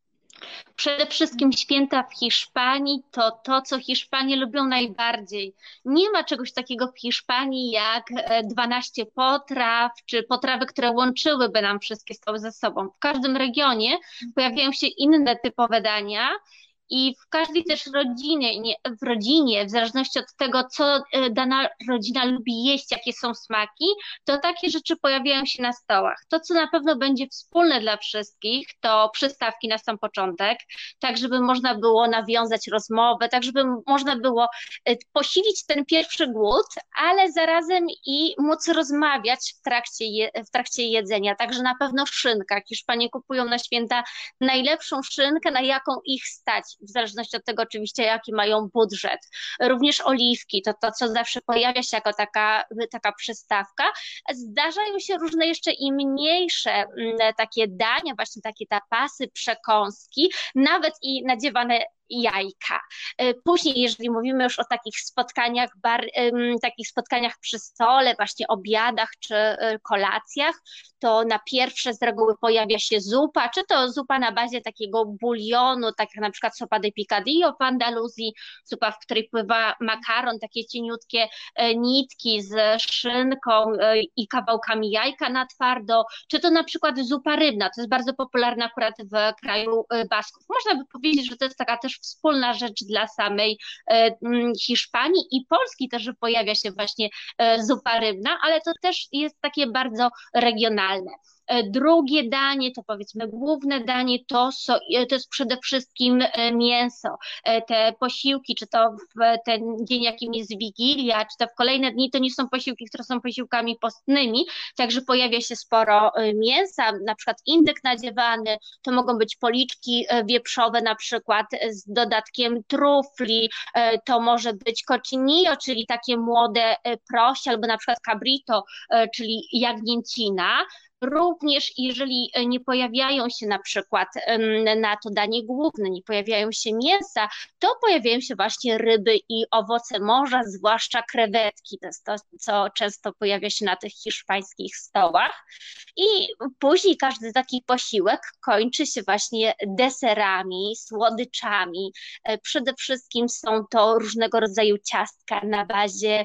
Przede wszystkim święta w Hiszpanii to to, co Hiszpanie lubią najbardziej. Nie ma czegoś takiego w Hiszpanii jak dwanaście potraw, czy potrawy, które łączyłyby nam wszystkie stoły ze sobą. W każdym regionie pojawiają się inne typowe dania, i w każdej też rodzinie, nie, w rodzinie, w zależności od tego, co dana rodzina lubi jeść, jakie są smaki, to takie rzeczy pojawiają się na stołach. To, co na pewno będzie wspólne dla wszystkich, to przystawki na sam początek, tak żeby można było nawiązać rozmowę, tak żeby można było posilić ten pierwszy głód, ale zarazem i móc rozmawiać w trakcie, je, w trakcie jedzenia. Także na pewno szynka. Hiszpanie kupują na święta najlepszą szynkę, na jaką ich stać. W zależności od tego oczywiście, jaki mają budżet. Również oliwki, to to, co zawsze pojawia się jako taka, taka przystawka. Zdarzają się różne jeszcze i mniejsze takie dania, właśnie takie tapasy, przekąski, nawet i nadziewane jajka. Później, jeżeli mówimy już o takich spotkaniach, bar, takich spotkaniach przy stole, właśnie obiadach czy kolacjach, to na pierwsze z reguły pojawia się zupa, czy to zupa na bazie takiego bulionu, tak jak na przykład sopa de picadillo w Andaluzji, zupa, w której pływa makaron, takie cieniutkie nitki z szynką i kawałkami jajka na twardo, czy to na przykład zupa rybna, to jest bardzo popularna akurat w kraju Basków. Można by powiedzieć, że to jest taka też wspólna rzecz dla samej Hiszpanii i Polski też, że pojawia się właśnie zupa rybna, ale to też jest takie bardzo regionalne. Drugie danie, to powiedzmy główne danie, to, so, to jest przede wszystkim mięso. Te posiłki, czy to w ten dzień, jakim jest Wigilia, czy to w kolejne dni, to nie są posiłki, które są posiłkami postnymi, także pojawia się sporo mięsa, na przykład indyk nadziewany, to mogą być policzki wieprzowe na przykład z dodatkiem trufli, to może być cochinillo, czyli takie młode prosie, albo na przykład cabrito, czyli jagnięcina. Również jeżeli nie pojawiają się na przykład na to danie główne, nie pojawiają się mięsa, to pojawiają się właśnie ryby i owoce morza, zwłaszcza krewetki. To jest to, co często pojawia się na tych hiszpańskich stołach. I później każdy taki posiłek kończy się właśnie deserami, słodyczami. Przede wszystkim są to różnego rodzaju ciastka na bazie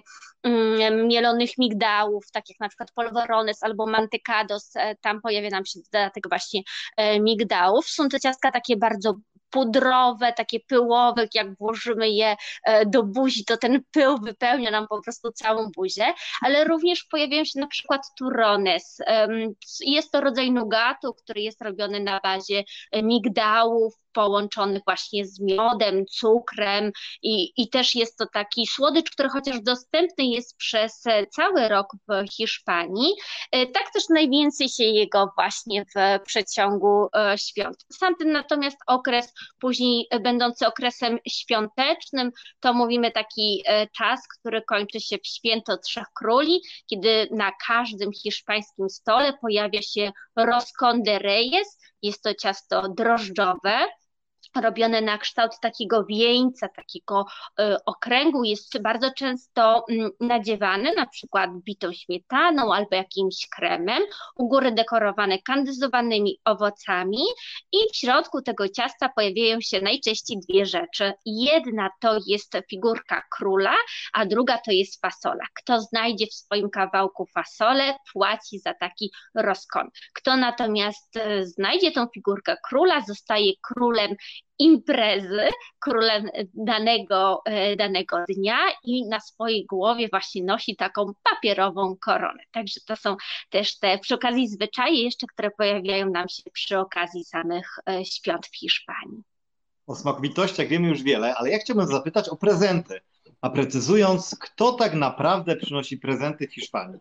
mielonych migdałów, tak jak na przykład polvorones albo mantecados, tam pojawia nam się dodatek właśnie migdałów. Są to ciastka takie bardzo pudrowe, takie pyłowe, jak włożymy je do buzi, to ten pył wypełnia nam po prostu całą buzię, ale również pojawiają się na przykład turrones. Jest to rodzaj nugatu, który jest robiony na bazie migdałów, połączonych właśnie z miodem, cukrem i, i też jest to taki słodycz, który chociaż dostępny jest przez cały rok w Hiszpanii, tak też najwięcej się jego właśnie w przeciągu świąt. Sam ten natomiast okres później będący okresem świątecznym, to mówimy taki czas, który kończy się w święto Trzech Króli, kiedy na każdym hiszpańskim stole pojawia się roscón de reyes, jest to ciasto drożdżowe, robione na kształt takiego wieńca, takiego y, okręgu, jest bardzo często y, nadziewane na przykład bitą śmietaną albo jakimś kremem, u góry dekorowane kandyzowanymi owocami i w środku tego ciasta pojawiają się najczęściej dwie rzeczy. Jedna to jest figurka króla, a druga to jest fasola. Kto znajdzie w swoim kawałku fasolę, płaci za taki roscón. Kto natomiast y, znajdzie tą figurkę króla, zostaje królem imprezy, królem danego, danego dnia i na swojej głowie właśnie nosi taką papierową koronę. Także to są też te przy okazji zwyczaje jeszcze, które pojawiają nam się przy okazji samych świąt w Hiszpanii. O smakowitościach wiemy już wiele, ale ja chciałbym zapytać o prezenty, a precyzując, kto tak naprawdę przynosi prezenty w Hiszpanii?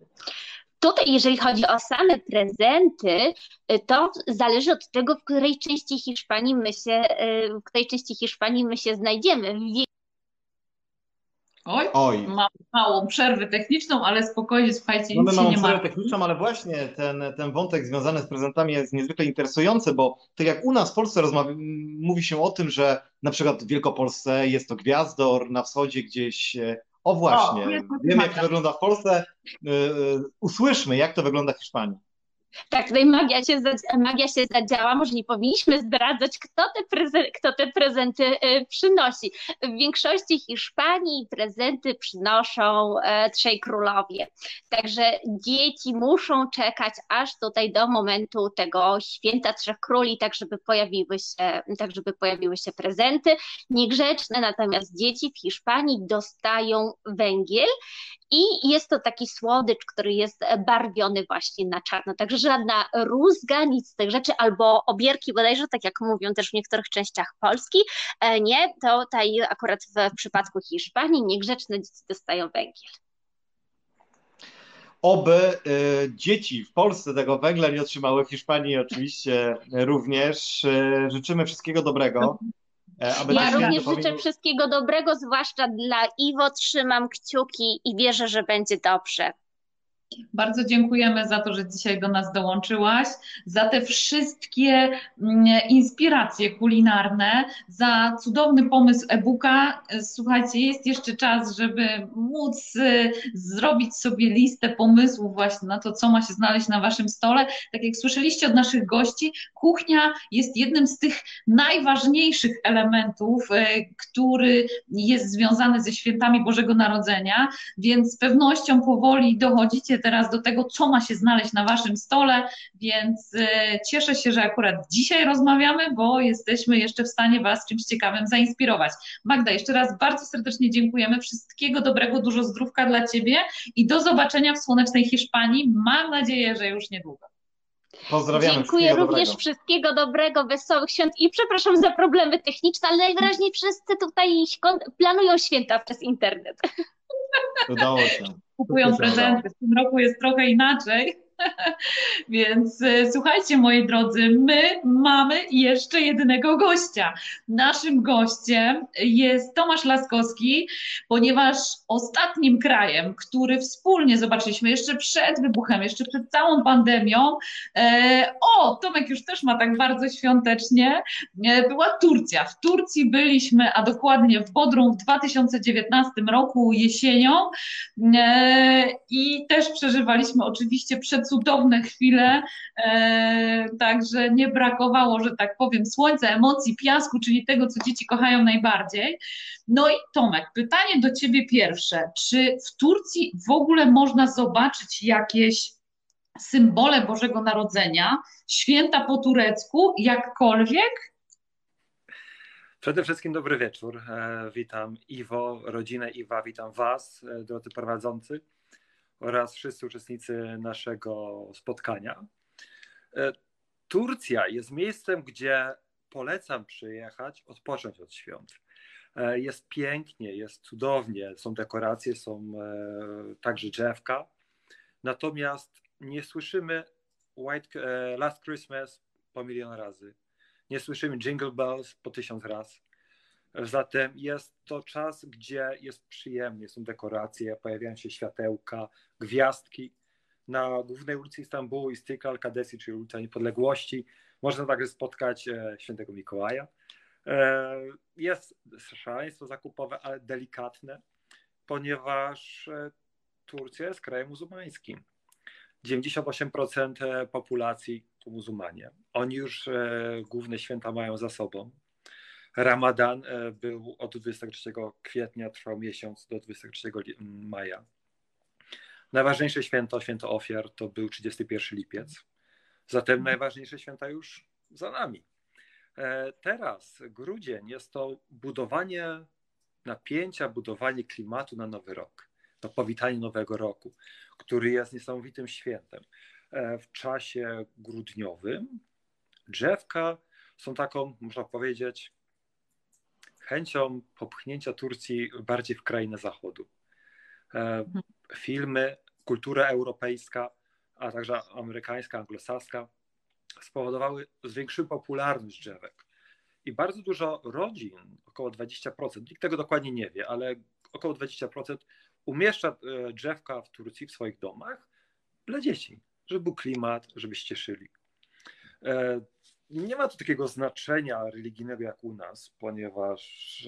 Tutaj, jeżeli chodzi o same prezenty, to zależy od tego, w której części Hiszpanii my się, w której części Hiszpanii my się znajdziemy. Oj, Oj. mam małą przerwę techniczną, ale spokojnie, słuchajcie, Mamy nic się małą nie przerwę martwi. techniczną, ale właśnie ten, ten wątek związany z prezentami jest niezwykle interesujący, bo tak jak u nas w Polsce rozmawia, mówi się o tym, że na przykład w Wielkopolsce jest to gwiazdor, na wschodzie gdzieś. O właśnie, O, wiemy jak to wygląda w Polsce, usłyszmy jak to wygląda w Hiszpanii. Tak, tutaj magia się, magia się zadziała, może nie powinniśmy zdradzać, kto te, prezenty, kto te prezenty przynosi. W większości Hiszpanii prezenty przynoszą trzej królowie, także dzieci muszą czekać aż tutaj do momentu tego święta Trzech Króli, tak żeby pojawiły się, tak żeby pojawiły się prezenty. Niegrzeczne natomiast dzieci w Hiszpanii dostają węgiel i jest to taki słodycz, który jest barwiony właśnie na czarno, także żadna rózga, nic z tych rzeczy, albo obierki bodajże, tak jak mówią też w niektórych częściach Polski, nie, to tutaj akurat w przypadku Hiszpanii niegrzeczne dzieci dostają węgiel. Oby y, dzieci w Polsce tego węgla nie otrzymały, w Hiszpanii oczywiście również. Y, życzymy wszystkiego dobrego. Aby ja również dopominu... życzę wszystkiego dobrego, zwłaszcza dla Iwo, trzymam kciuki i wierzę, że będzie dobrze. Bardzo dziękujemy za to, że dzisiaj do nas dołączyłaś, za te wszystkie inspiracje kulinarne, za cudowny pomysł e-booka. Słuchajcie, jest jeszcze czas, żeby móc zrobić sobie listę pomysłów właśnie na to, co ma się znaleźć na waszym stole. Tak jak słyszeliście od naszych gości, kuchnia jest jednym z tych najważniejszych elementów, który jest związany ze świętami Bożego Narodzenia, więc z pewnością powoli dochodzicie teraz do tego, co ma się znaleźć na waszym stole, więc cieszę się, że akurat dzisiaj rozmawiamy, bo jesteśmy jeszcze w stanie was czymś ciekawym zainspirować. Magda, jeszcze raz bardzo serdecznie dziękujemy, wszystkiego dobrego, dużo zdrówka dla ciebie i do zobaczenia w słonecznej Hiszpanii, mam nadzieję, że już niedługo. Pozdrawiamy. Dziękuję również, dobrego. Wszystkiego dobrego, wesołych świąt i przepraszam za problemy techniczne, ale najwyraźniej wszyscy tutaj planują święta przez internet. Udało się. Kupują prezenty, w tym roku jest trochę inaczej. Więc słuchajcie, moi drodzy, my mamy jeszcze jednego gościa. Naszym gościem jest Tomasz Laskowski, ponieważ ostatnim krajem, który wspólnie zobaczyliśmy jeszcze przed wybuchem, jeszcze przed całą pandemią, e, o, Tomek już też ma tak bardzo świątecznie, e, była Turcja. W Turcji byliśmy, a dokładnie w Bodrum w dwa tysiące dziewiętnastym roku jesienią e, i też przeżywaliśmy oczywiście przed cudowne chwile, e, także nie brakowało, że tak powiem, słońca, emocji, piasku, czyli tego, co dzieci kochają najbardziej. No i Tomek, pytanie do ciebie pierwsze, czy w Turcji w ogóle można zobaczyć jakieś symbole Bożego Narodzenia, święta po turecku, jakkolwiek? Przede wszystkim dobry wieczór, e, witam Iwo, rodzinę Iwa, witam was, e, drodzy prowadzący, oraz wszyscy uczestnicy naszego spotkania. Turcja jest miejscem, gdzie polecam przyjechać, odpocząć od świąt. Jest pięknie, jest cudownie, są dekoracje, są także drzewka. Natomiast nie słyszymy White, Last Christmas po milion razy. Nie słyszymy Jingle Bells po tysiąc raz. Zatem jest to czas, gdzie jest przyjemnie, są dekoracje, pojawiają się światełka, gwiazdki. Na głównej ulicy Istambułu, Istiklal Caddesi, czyli ulica Niepodległości, można także spotkać e, świętego Mikołaja. E, jest szaleństwo zakupowe, ale delikatne, ponieważ e, Turcja jest krajem muzułmańskim. dziewięćdziesiąt osiem procent populacji to muzułmanie. Oni już e, główne święta mają za sobą. Ramadan był od dwudziestego trzeciego kwietnia, trwał miesiąc do dwudziestego trzeciego maja. Najważniejsze święto, święto ofiar, to był trzydziesty pierwszy lipiec. Zatem najważniejsze święta już za nami. Teraz grudzień jest to budowanie napięcia, budowanie klimatu na nowy rok, to powitanie nowego roku, który jest niesamowitym świętem. W czasie grudniowym drzewka są taką, można powiedzieć, chęcią popchnięcia Turcji bardziej w krainę zachodu. Filmy, kultura europejska, a także amerykańska, anglosaska spowodowały zwiększyły popularność drzewek. I bardzo dużo rodzin, około dwadzieścia procent, nikt tego dokładnie nie wie, ale około dwadzieścia procent umieszcza drzewka w Turcji w swoich domach dla dzieci, żeby był klimat, żeby się cieszyli. Nie ma to takiego znaczenia religijnego jak u nas, ponieważ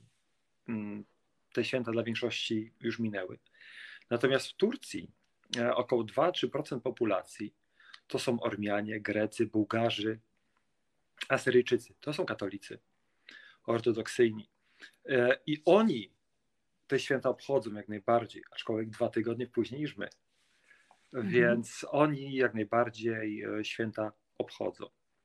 te święta dla większości już minęły. Natomiast w Turcji około dwa do trzech procent populacji to są Ormianie, Grecy, Bułgarzy, Asyryjczycy. To są katolicy ortodoksyjni. I oni te święta obchodzą jak najbardziej, aczkolwiek dwa tygodnie później niż my. Mhm. Więc oni jak najbardziej święta obchodzą.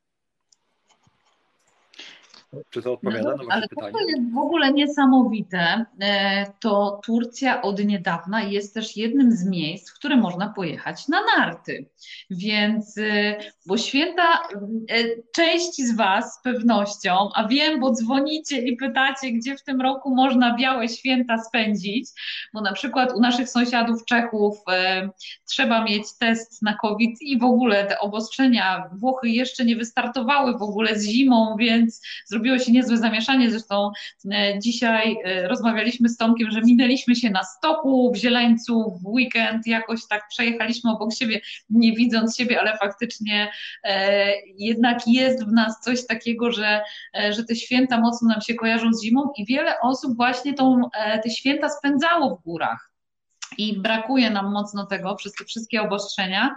Czy to odpowiada no, na wasze ale pytanie? To jest w ogóle niesamowite. To Turcja od niedawna jest też jednym z miejsc, w które można pojechać na narty. Więc, bo święta, część z was z pewnością, a wiem, bo dzwonicie i pytacie, gdzie w tym roku można białe święta spędzić, bo na przykład u naszych sąsiadów Czechów e, trzeba mieć test na COVID i w ogóle te obostrzenia, Włochy jeszcze nie wystartowały w ogóle z zimą, więc zrobili zrobiło się niezłe zamieszanie, zresztą dzisiaj rozmawialiśmy z Tomkiem, że minęliśmy się na stoku, w Zieleńcu, w weekend, jakoś tak przejechaliśmy obok siebie, nie widząc siebie, ale faktycznie jednak jest w nas coś takiego, że, że te święta mocno nam się kojarzą z zimą i wiele osób właśnie tą, te święta spędzało w górach i brakuje nam mocno tego przez te wszystkie obostrzenia.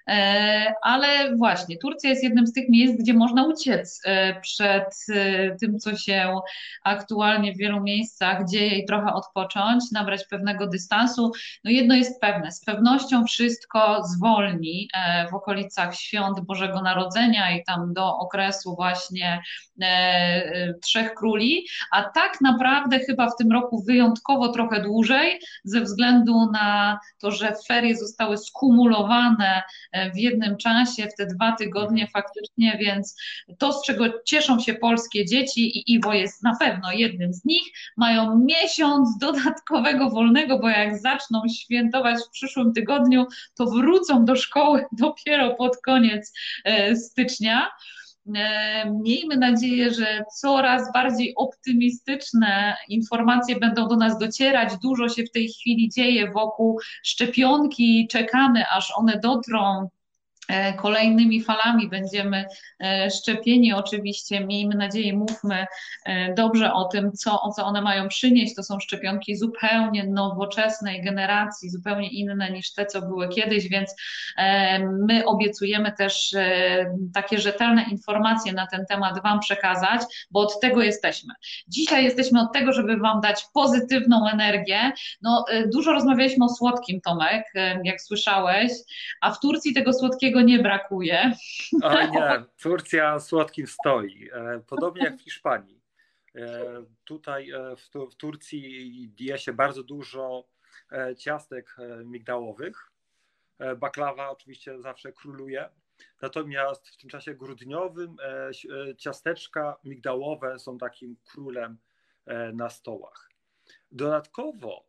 Ale właśnie Turcja jest jednym z tych miejsc, gdzie można uciec przed tym, co się aktualnie w wielu miejscach dzieje i trochę odpocząć, nabrać pewnego dystansu. No jedno jest pewne, z pewnością wszystko zwolni w okolicach świąt Bożego Narodzenia i tam do okresu właśnie Trzech Króli, a tak naprawdę chyba w tym roku wyjątkowo trochę dłużej ze względu na to, że ferie zostały skumulowane w jednym czasie, w te dwa tygodnie faktycznie, więc to, z czego cieszą się polskie dzieci i Iwo jest na pewno jednym z nich, mają miesiąc dodatkowego wolnego, bo jak zaczną świętować w przyszłym tygodniu, to wrócą do szkoły dopiero pod koniec stycznia. Miejmy nadzieję, że coraz bardziej optymistyczne informacje będą do nas docierać. Dużo się w tej chwili dzieje wokół szczepionki. Czekamy, aż one dotrą. Kolejnymi falami będziemy szczepieni oczywiście, miejmy nadzieję, mówmy dobrze o tym, co, o co one mają przynieść. To są szczepionki zupełnie nowoczesnej generacji, zupełnie inne niż te, co były kiedyś, więc my obiecujemy też takie rzetelne informacje na ten temat Wam przekazać, bo od tego jesteśmy. Dzisiaj jesteśmy od tego, żeby Wam dać pozytywną energię. No, dużo rozmawialiśmy o słodkim, Tomek, jak słyszałeś, a w Turcji tego słodkiego nie brakuje. O nie, Turcja słodkim stoi. Podobnie jak w Hiszpanii. Tutaj w Turcji je się bardzo dużo ciastek migdałowych. Baklawa oczywiście zawsze króluje. Natomiast w tym czasie grudniowym ciasteczka migdałowe są takim królem na stołach. Dodatkowo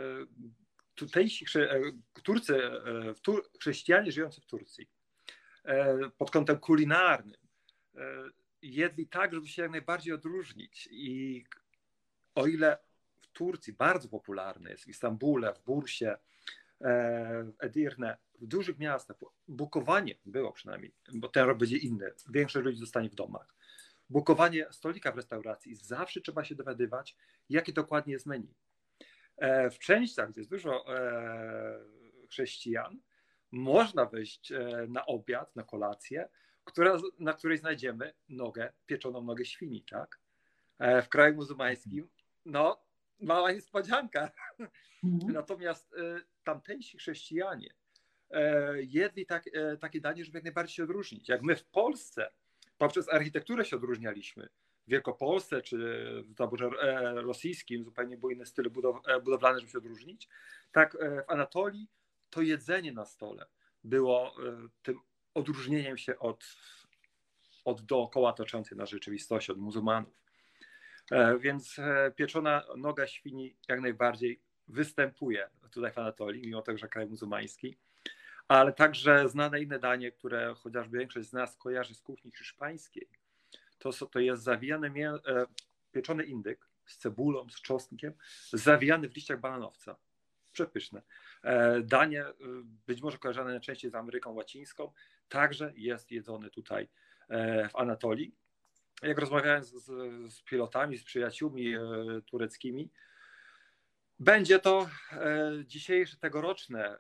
tutejsi Turcy, chrześcijanie żyjący w Turcji pod kątem kulinarnym jedli tak, żeby się jak najbardziej odróżnić. I o ile w Turcji bardzo popularny jest w Istambule, w Bursie, w Edirne, w dużych miastach, bukowanie było przynajmniej, bo ten rok będzie inny, większość ludzi zostanie w domach. Bukowanie stolika w restauracji, zawsze trzeba się dowiadywać, jakie dokładnie jest menu. W częściach, gdzie jest dużo chrześcijan, można wejść na obiad, na kolację, która, na której znajdziemy nogę, pieczoną nogę świni, tak? W kraju muzułmańskim, no, mała niespodzianka. Natomiast tamtejsi chrześcijanie jedli tak, takie danie, żeby jak najbardziej się odróżnić. Jak my w Polsce poprzez architekturę się odróżnialiśmy, w Wielkopolsce czy w taborze rosyjskim zupełnie były inne style budowlane, żeby się odróżnić, tak w Anatolii to jedzenie na stole było tym odróżnieniem się od, od dookoła toczącej na rzeczywistości, od muzułmanów. Więc pieczona noga świni jak najbardziej występuje tutaj w Anatolii, mimo tego, że kraj muzułmański, ale także znane inne danie, które chociażby większość z nas kojarzy z kuchni hiszpańskiej, to, to jest zawijany mię, pieczony indyk z cebulą, z czosnkiem, zawijany w liściach bananowca. Przepyszne. Danie, być może kojarzone najczęściej z Ameryką Łacińską, także jest jedzone tutaj w Anatolii. Jak rozmawiałem z, z pilotami, z przyjaciółmi tureckimi, będzie to dzisiejsze, tegoroczne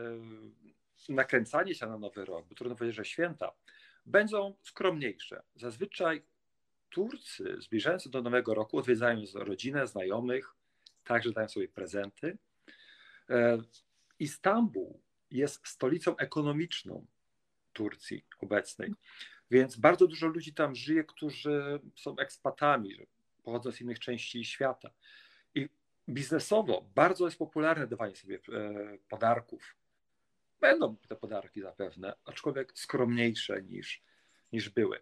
nakręcanie się na Nowy Rok, bo trudno powiedzieć, że święta, będą skromniejsze. Zazwyczaj Turcy zbliżając się do Nowego Roku odwiedzają rodzinę, znajomych, także dają sobie prezenty. Istanbul jest stolicą ekonomiczną Turcji obecnej, więc bardzo dużo ludzi tam żyje, którzy są ekspatami, pochodzą z innych części świata. I biznesowo bardzo jest popularne dawanie sobie podarków. Będą te podarki zapewne, aczkolwiek skromniejsze niż, niż były.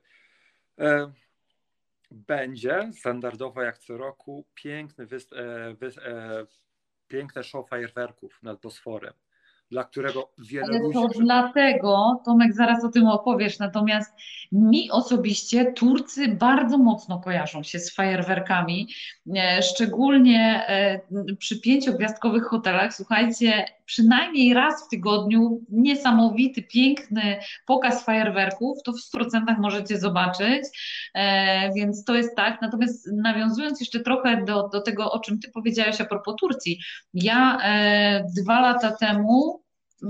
Będzie standardowo jak co roku piękny wyst- wy- piękne show fajerwerków nad Bosforem. dla którego wiele Ale ludzi... to dlatego, Tomek, zaraz o tym opowiesz, natomiast mi osobiście Turcy bardzo mocno kojarzą się z fajerwerkami, e, szczególnie e, przy pięciogwiazdkowych hotelach. Słuchajcie, przynajmniej raz w tygodniu niesamowity, piękny pokaz fajerwerków, to w stu procentach możecie zobaczyć, e, więc to jest tak. Natomiast nawiązując jeszcze trochę do, do tego, o czym ty powiedziałeś a propos Turcji, ja e, dwa lata temu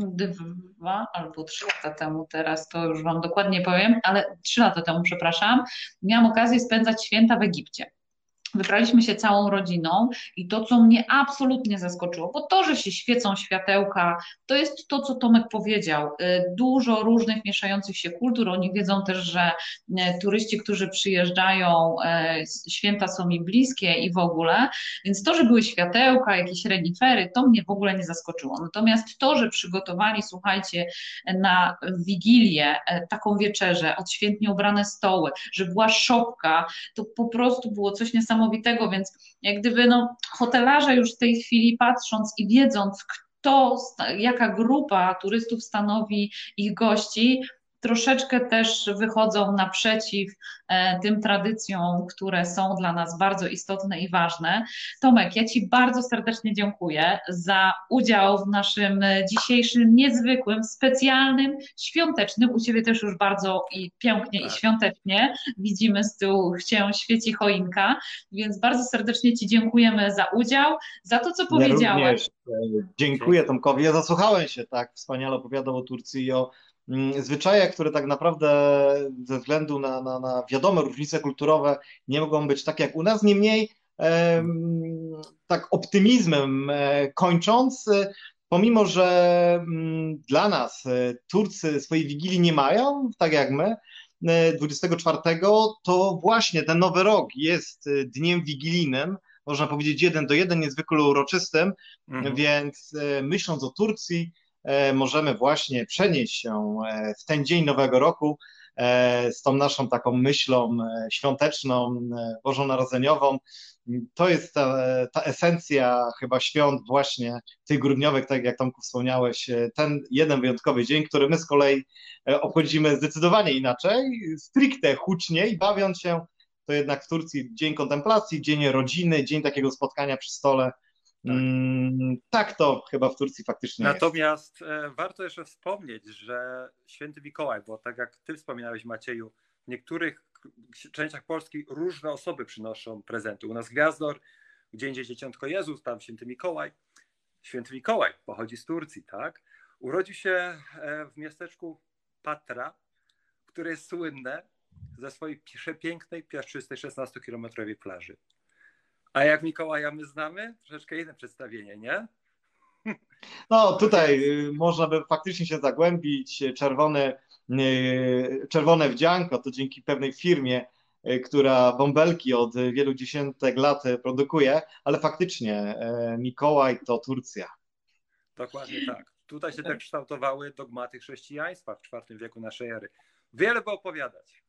dwa albo trzy lata temu teraz, to już wam dokładnie powiem, ale trzy lata temu, przepraszam, miałam okazję spędzać święta w Egipcie. Wybraliśmy się całą rodziną i to, co mnie absolutnie zaskoczyło, bo to, że się świecą światełka, to jest to, co Tomek powiedział. Dużo różnych mieszających się kultur. Oni wiedzą też, że turyści, którzy przyjeżdżają, święta są im bliskie i w ogóle. Więc to, że były światełka, jakieś renifery, to mnie w ogóle nie zaskoczyło. Natomiast to, że przygotowali, słuchajcie, na Wigilię taką wieczerzę, odświętnie ubrane stoły, że była szopka, to po prostu było coś niesamowitego. Niesamowitego, więc jak gdyby no, hotelarze już w tej chwili patrząc i wiedząc, kto, jaka grupa turystów stanowi ich gości, troszeczkę też wychodzą naprzeciw e, tym tradycjom, które są dla nas bardzo istotne i ważne. Tomek, ja Ci bardzo serdecznie dziękuję za udział w naszym dzisiejszym niezwykłym, specjalnym, świątecznym, u Ciebie też już bardzo i pięknie i świątecznie, widzimy z tyłu się świeci choinka, więc bardzo serdecznie Ci dziękujemy za udział, za to, co powiedziałeś. Ja również dziękuję Tomkowi, ja zasłuchałem się, tak wspaniale opowiadał o Turcji i o zwyczaje, które tak naprawdę ze względu na, na, na wiadome różnice kulturowe nie mogą być takie jak u nas. Niemniej e, tak optymizmem e, kończąc, e, pomimo że m, dla nas e, Turcy swojej Wigilii nie mają, tak jak my, e, dwudziestego czwartego, to właśnie ten nowy rok jest dniem wigilijnym, można powiedzieć jeden do jeden, niezwykle uroczystym, mhm. Więc e, myśląc o Turcji, możemy właśnie przenieść się w ten dzień Nowego Roku z tą naszą taką myślą świąteczną, bożonarodzeniową. To jest ta, ta esencja chyba świąt właśnie tych grudniowych, tak jak Tomku wspomniałeś, ten jeden wyjątkowy dzień, który my z kolei obchodzimy zdecydowanie inaczej, stricte hucznie i bawiąc się, to jednak w Turcji dzień kontemplacji, dzień rodziny, dzień takiego spotkania przy stole. Tak. tak to chyba w Turcji faktycznie Natomiast jest. Natomiast warto jeszcze wspomnieć, że święty Mikołaj, bo tak jak ty wspominałeś, Macieju, w niektórych częściach Polski różne osoby przynoszą prezenty. U nas Gwiazdor, gdzie indziej Dzieciątko Jezus, tam święty Mikołaj. Święty Mikołaj pochodzi z Turcji, tak? Urodził się w miasteczku Patra, które jest słynne ze swojej przepięknej, piaszczystej, szesnastokilometrowej plaży. A jak Mikołaja my znamy? Troszeczkę inne przedstawienie, nie? No tutaj można by faktycznie się zagłębić. Czerwone, czerwone wdzianko to dzięki pewnej firmie, która bąbelki od wielu dziesiątek lat produkuje, ale faktycznie Mikołaj to Turcja. Dokładnie tak. Tutaj się też kształtowały dogmaty chrześcijaństwa w czwartym wieku naszej ery. Wiele by opowiadać.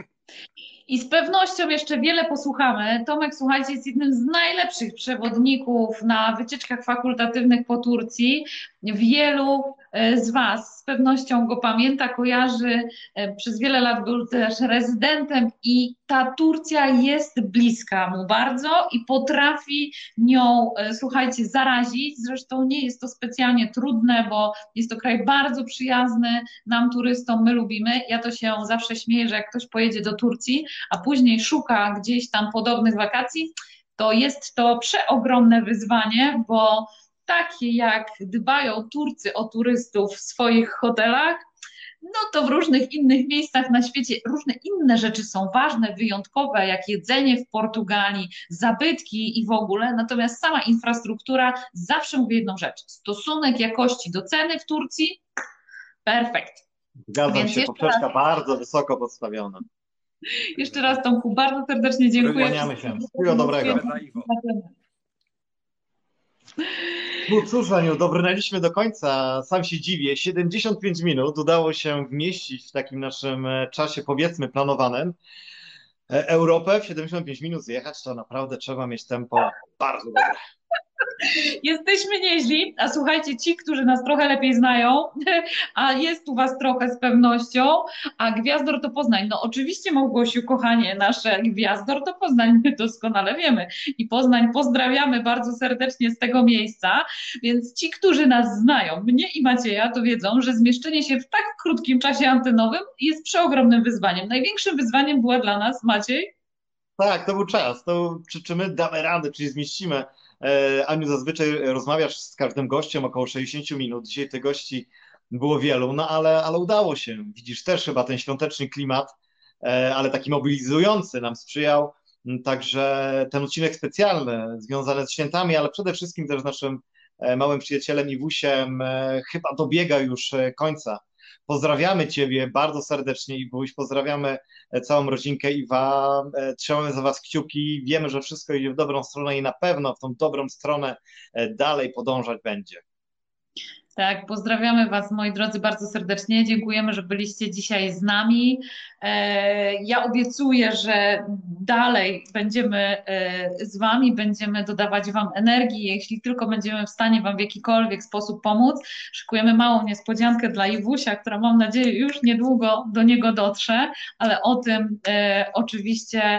I z pewnością jeszcze wiele posłuchamy. Tomek, słuchajcie, jest jednym z najlepszych przewodników na wycieczkach fakultatywnych po Turcji. Wielu z Was z pewnością go pamięta, kojarzy. Przez wiele lat był też rezydentem i ta Turcja jest bliska mu bardzo i potrafi nią, słuchajcie, zarazić. Zresztą nie jest to specjalnie trudne, bo jest to kraj bardzo przyjazny nam turystom, my lubimy. Ja to się zawsze śmieję, że jak ktoś pojedzie do Turcji, a później szuka gdzieś tam podobnych wakacji, to jest to przeogromne wyzwanie, bo takie jak dbają Turcy o turystów w swoich hotelach, no to w różnych innych miejscach na świecie różne inne rzeczy są ważne, wyjątkowe, jak jedzenie w Portugalii, zabytki i w ogóle, natomiast sama infrastruktura, zawsze mówię jedną rzecz, stosunek jakości do ceny w Turcji, perfekt. Zgadzam Więc się, poprzeczka raz... bardzo wysoko postawiona. Jeszcze raz Tomku, bardzo serdecznie dziękuję. Kłaniamy się. Wszystkiego dobrego. No cóż, Aniu, dobrnęliśmy do końca, sam się dziwię, siedemdziesiąt pięć minut udało się wmieścić w takim naszym czasie, powiedzmy, planowanym. Europę w siedemdziesiąt pięć minut zjechać, to naprawdę trzeba mieć tempo bardzo dobre. Jesteśmy nieźli, a słuchajcie, ci, którzy nas trochę lepiej znają, a jest u was trochę z pewnością, a Gwiazdor to Poznań. No oczywiście, Małgosiu, kochanie nasze, Gwiazdor to Poznań, my doskonale wiemy. I Poznań pozdrawiamy bardzo serdecznie z tego miejsca, więc ci, którzy nas znają, mnie i Macieja, to wiedzą, że zmieszczenie się w tak krótkim czasie antenowym jest przeogromnym wyzwaniem. Największym wyzwaniem była dla nas, Maciej? Tak, to był czas. To, czy, czy my damy radę, czy zmieścimy? E, Aniu, zazwyczaj rozmawiasz z każdym gościem około sześćdziesiąt minut. Dzisiaj tych gości było wielu, no ale, ale udało się. Widzisz też chyba ten świąteczny klimat, e, ale taki mobilizujący nam sprzyjał. Także ten odcinek specjalny związany z świętami, ale przede wszystkim też z naszym e, małym przyjacielem Iwusiem e, chyba dobiega już e, końca. Pozdrawiamy Ciebie bardzo serdecznie, Iwuś, pozdrawiamy całą rodzinkę Iwa, trzymamy za Was kciuki, wiemy, że wszystko idzie w dobrą stronę i na pewno w tą dobrą stronę dalej podążać będzie. Tak, pozdrawiamy Was, moi drodzy, bardzo serdecznie. Dziękujemy, że byliście dzisiaj z nami. Ja obiecuję, że dalej będziemy z Wami, będziemy dodawać Wam energii. Jeśli tylko będziemy w stanie Wam w jakikolwiek sposób pomóc, szykujemy małą niespodziankę dla Iwusia, która, mam nadzieję, już niedługo do niego dotrze, ale o tym oczywiście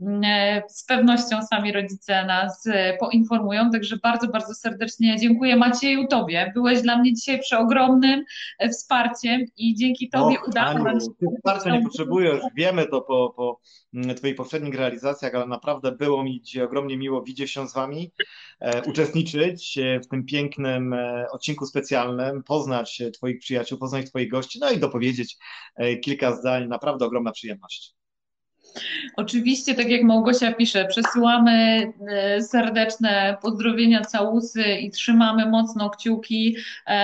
z pewnością sami rodzice nas poinformują. Także bardzo, bardzo serdecznie dziękuję, Macieju, Tobie. Byłeś dla mnie dzisiaj przeogromnym wsparciem i dzięki Tobie Och, udało Aniu, nam się... Ty wsparcia nie potrzebujesz, wiemy to po, po Twoich poprzednich realizacjach, ale naprawdę było mi dzisiaj ogromnie miło widzieć się z Wami, e, uczestniczyć w tym pięknym e, odcinku specjalnym, poznać Twoich przyjaciół, poznać Twoich gości, no i dopowiedzieć e, kilka zdań, naprawdę ogromna przyjemność. Oczywiście, tak jak Małgosia pisze, przesyłamy serdeczne pozdrowienia, całusy i trzymamy mocno kciuki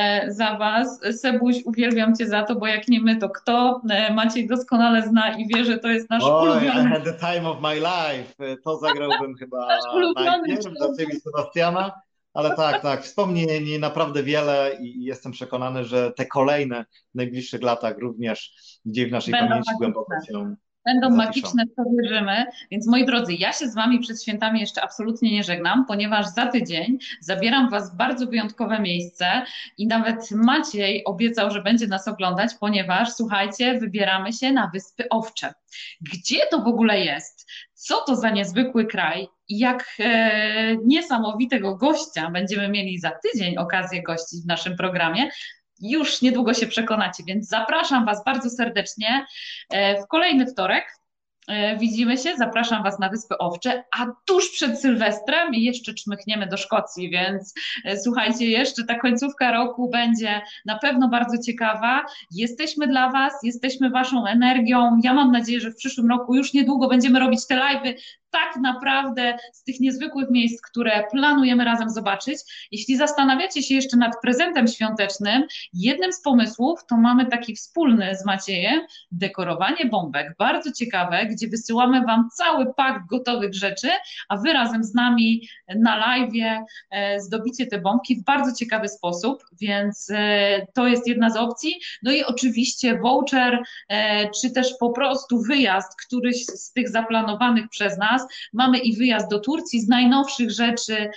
za Was. Sebuś, uwielbiam Cię za to, bo jak nie my, to kto? Maciej doskonale zna i wie, że to jest nasz Oj, ulubiony... I had the time of my life. To zagrałbym chyba najpierw dla Ciebie i Sebastiana, ale tak, tak, wspomnień naprawdę wiele i jestem przekonany, że te kolejne w najbliższych latach również gdzieś w naszej Będą pamięci głęboko się Będą zapiszą. magiczne, w to wierzymy. Więc moi drodzy, ja się z Wami przed świętami jeszcze absolutnie nie żegnam, ponieważ za tydzień zabieram Was w bardzo wyjątkowe miejsce i nawet Maciej obiecał, że będzie nas oglądać, ponieważ, słuchajcie, wybieramy się na Wyspy Owcze. Gdzie to w ogóle jest? Co to za niezwykły kraj? I jak e, niesamowitego gościa będziemy mieli za tydzień okazję gościć w naszym programie, już niedługo się przekonacie, więc zapraszam Was bardzo serdecznie w kolejny wtorek. Widzimy się, zapraszam Was na Wyspy Owcze, a tuż przed Sylwestrem jeszcze czmychniemy do Szkocji, więc słuchajcie, jeszcze ta końcówka roku będzie na pewno bardzo ciekawa. Jesteśmy dla Was, jesteśmy Waszą energią. Ja mam nadzieję, że w przyszłym roku już niedługo będziemy robić te live'y tak naprawdę z tych niezwykłych miejsc, które planujemy razem zobaczyć. Jeśli zastanawiacie się jeszcze nad prezentem świątecznym, jednym z pomysłów to mamy taki wspólny z Maciejem dekorowanie bombek. Bardzo ciekawe, gdzie wysyłamy Wam cały pak gotowych rzeczy, a Wy razem z nami na live'ie zdobicie te bombki w bardzo ciekawy sposób, więc to jest jedna z opcji. No i oczywiście voucher, czy też po prostu wyjazd, któryś z tych zaplanowanych przez nas. Mamy i wyjazd do Turcji z najnowszych rzeczy,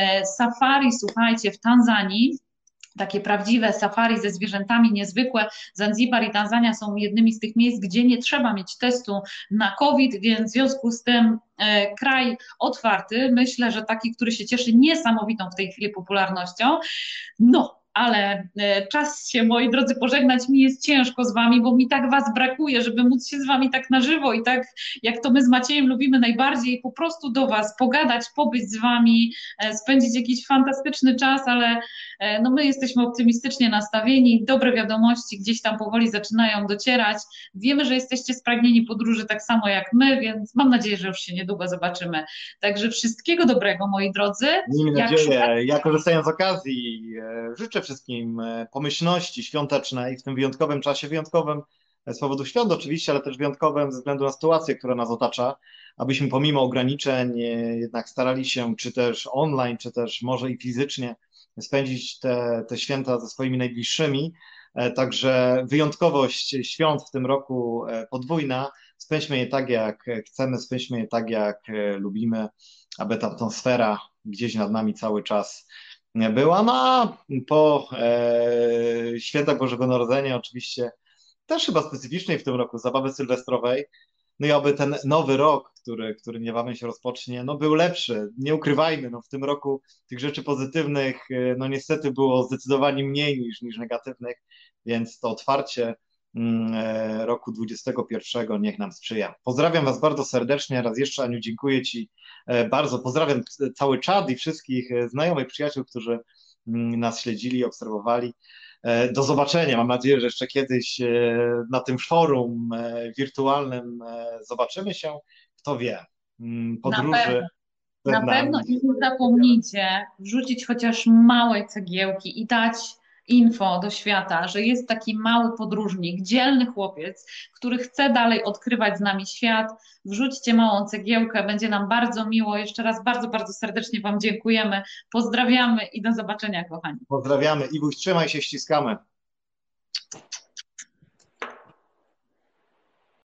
safari, słuchajcie, w Tanzanii. Takie prawdziwe safari ze zwierzętami niezwykłe. Zanzibar i Tanzania są jednymi z tych miejsc, gdzie nie trzeba mieć testu na COVID, więc w związku z tym e, kraj otwarty. Myślę, że taki, który się cieszy niesamowitą w tej chwili popularnością. No, ale czas się, moi drodzy, pożegnać. Mi jest ciężko z Wami, bo mi tak Was brakuje, żeby móc się z Wami tak na żywo i tak, jak to my z Maciejem lubimy najbardziej, po prostu do Was pogadać, pobyć z Wami, spędzić jakiś fantastyczny czas, ale no my jesteśmy optymistycznie nastawieni, dobre wiadomości gdzieś tam powoli zaczynają docierać. Wiemy, że jesteście spragnieni podróży tak samo jak my, więc mam nadzieję, że już się niedługo zobaczymy. Także wszystkiego dobrego, moi drodzy. Miejmy nadzieję. Ja, korzystając z okazji, życzę wszystkim pomyślności świątecznej w tym wyjątkowym czasie, wyjątkowym z powodu świąt oczywiście, ale też wyjątkowym ze względu na sytuację, która nas otacza, abyśmy pomimo ograniczeń jednak starali się, czy też online, czy też może i fizycznie spędzić te, te święta ze swoimi najbliższymi. Także wyjątkowość świąt w tym roku podwójna spędźmy je tak, jak chcemy, spędźmy je tak, jak lubimy, aby ta atmosfera gdzieś nad nami cały czas była. No a po e, świętach Bożego Narodzenia oczywiście też chyba specyficznej w tym roku zabawy sylwestrowej. No i aby ten nowy rok, który, który niebawem się rozpocznie, no był lepszy. Nie ukrywajmy, no w tym roku tych rzeczy pozytywnych no niestety było zdecydowanie mniej niż, niż negatywnych, więc to otwarcie roku dwudziestego pierwszego niech nam sprzyja. Pozdrawiam Was bardzo serdecznie. Raz jeszcze, Aniu, dziękuję Ci bardzo. Pozdrawiam cały czat i wszystkich znajomych, przyjaciół, którzy nas śledzili, obserwowali. Do zobaczenia. Mam nadzieję, że jeszcze kiedyś na tym forum wirtualnym zobaczymy się. Kto wie, podróży. Na pewno, na pewno i nie zapomnijcie wrzucić chociaż małej cegiełki i dać info do świata, że jest taki mały podróżnik, dzielny chłopiec, który chce dalej odkrywać z nami świat. Wrzućcie małą cegiełkę, będzie nam bardzo miło. Jeszcze raz bardzo, bardzo serdecznie Wam dziękujemy. Pozdrawiamy i do zobaczenia, kochani. Pozdrawiamy. Iwuś, trzymaj się, ściskamy.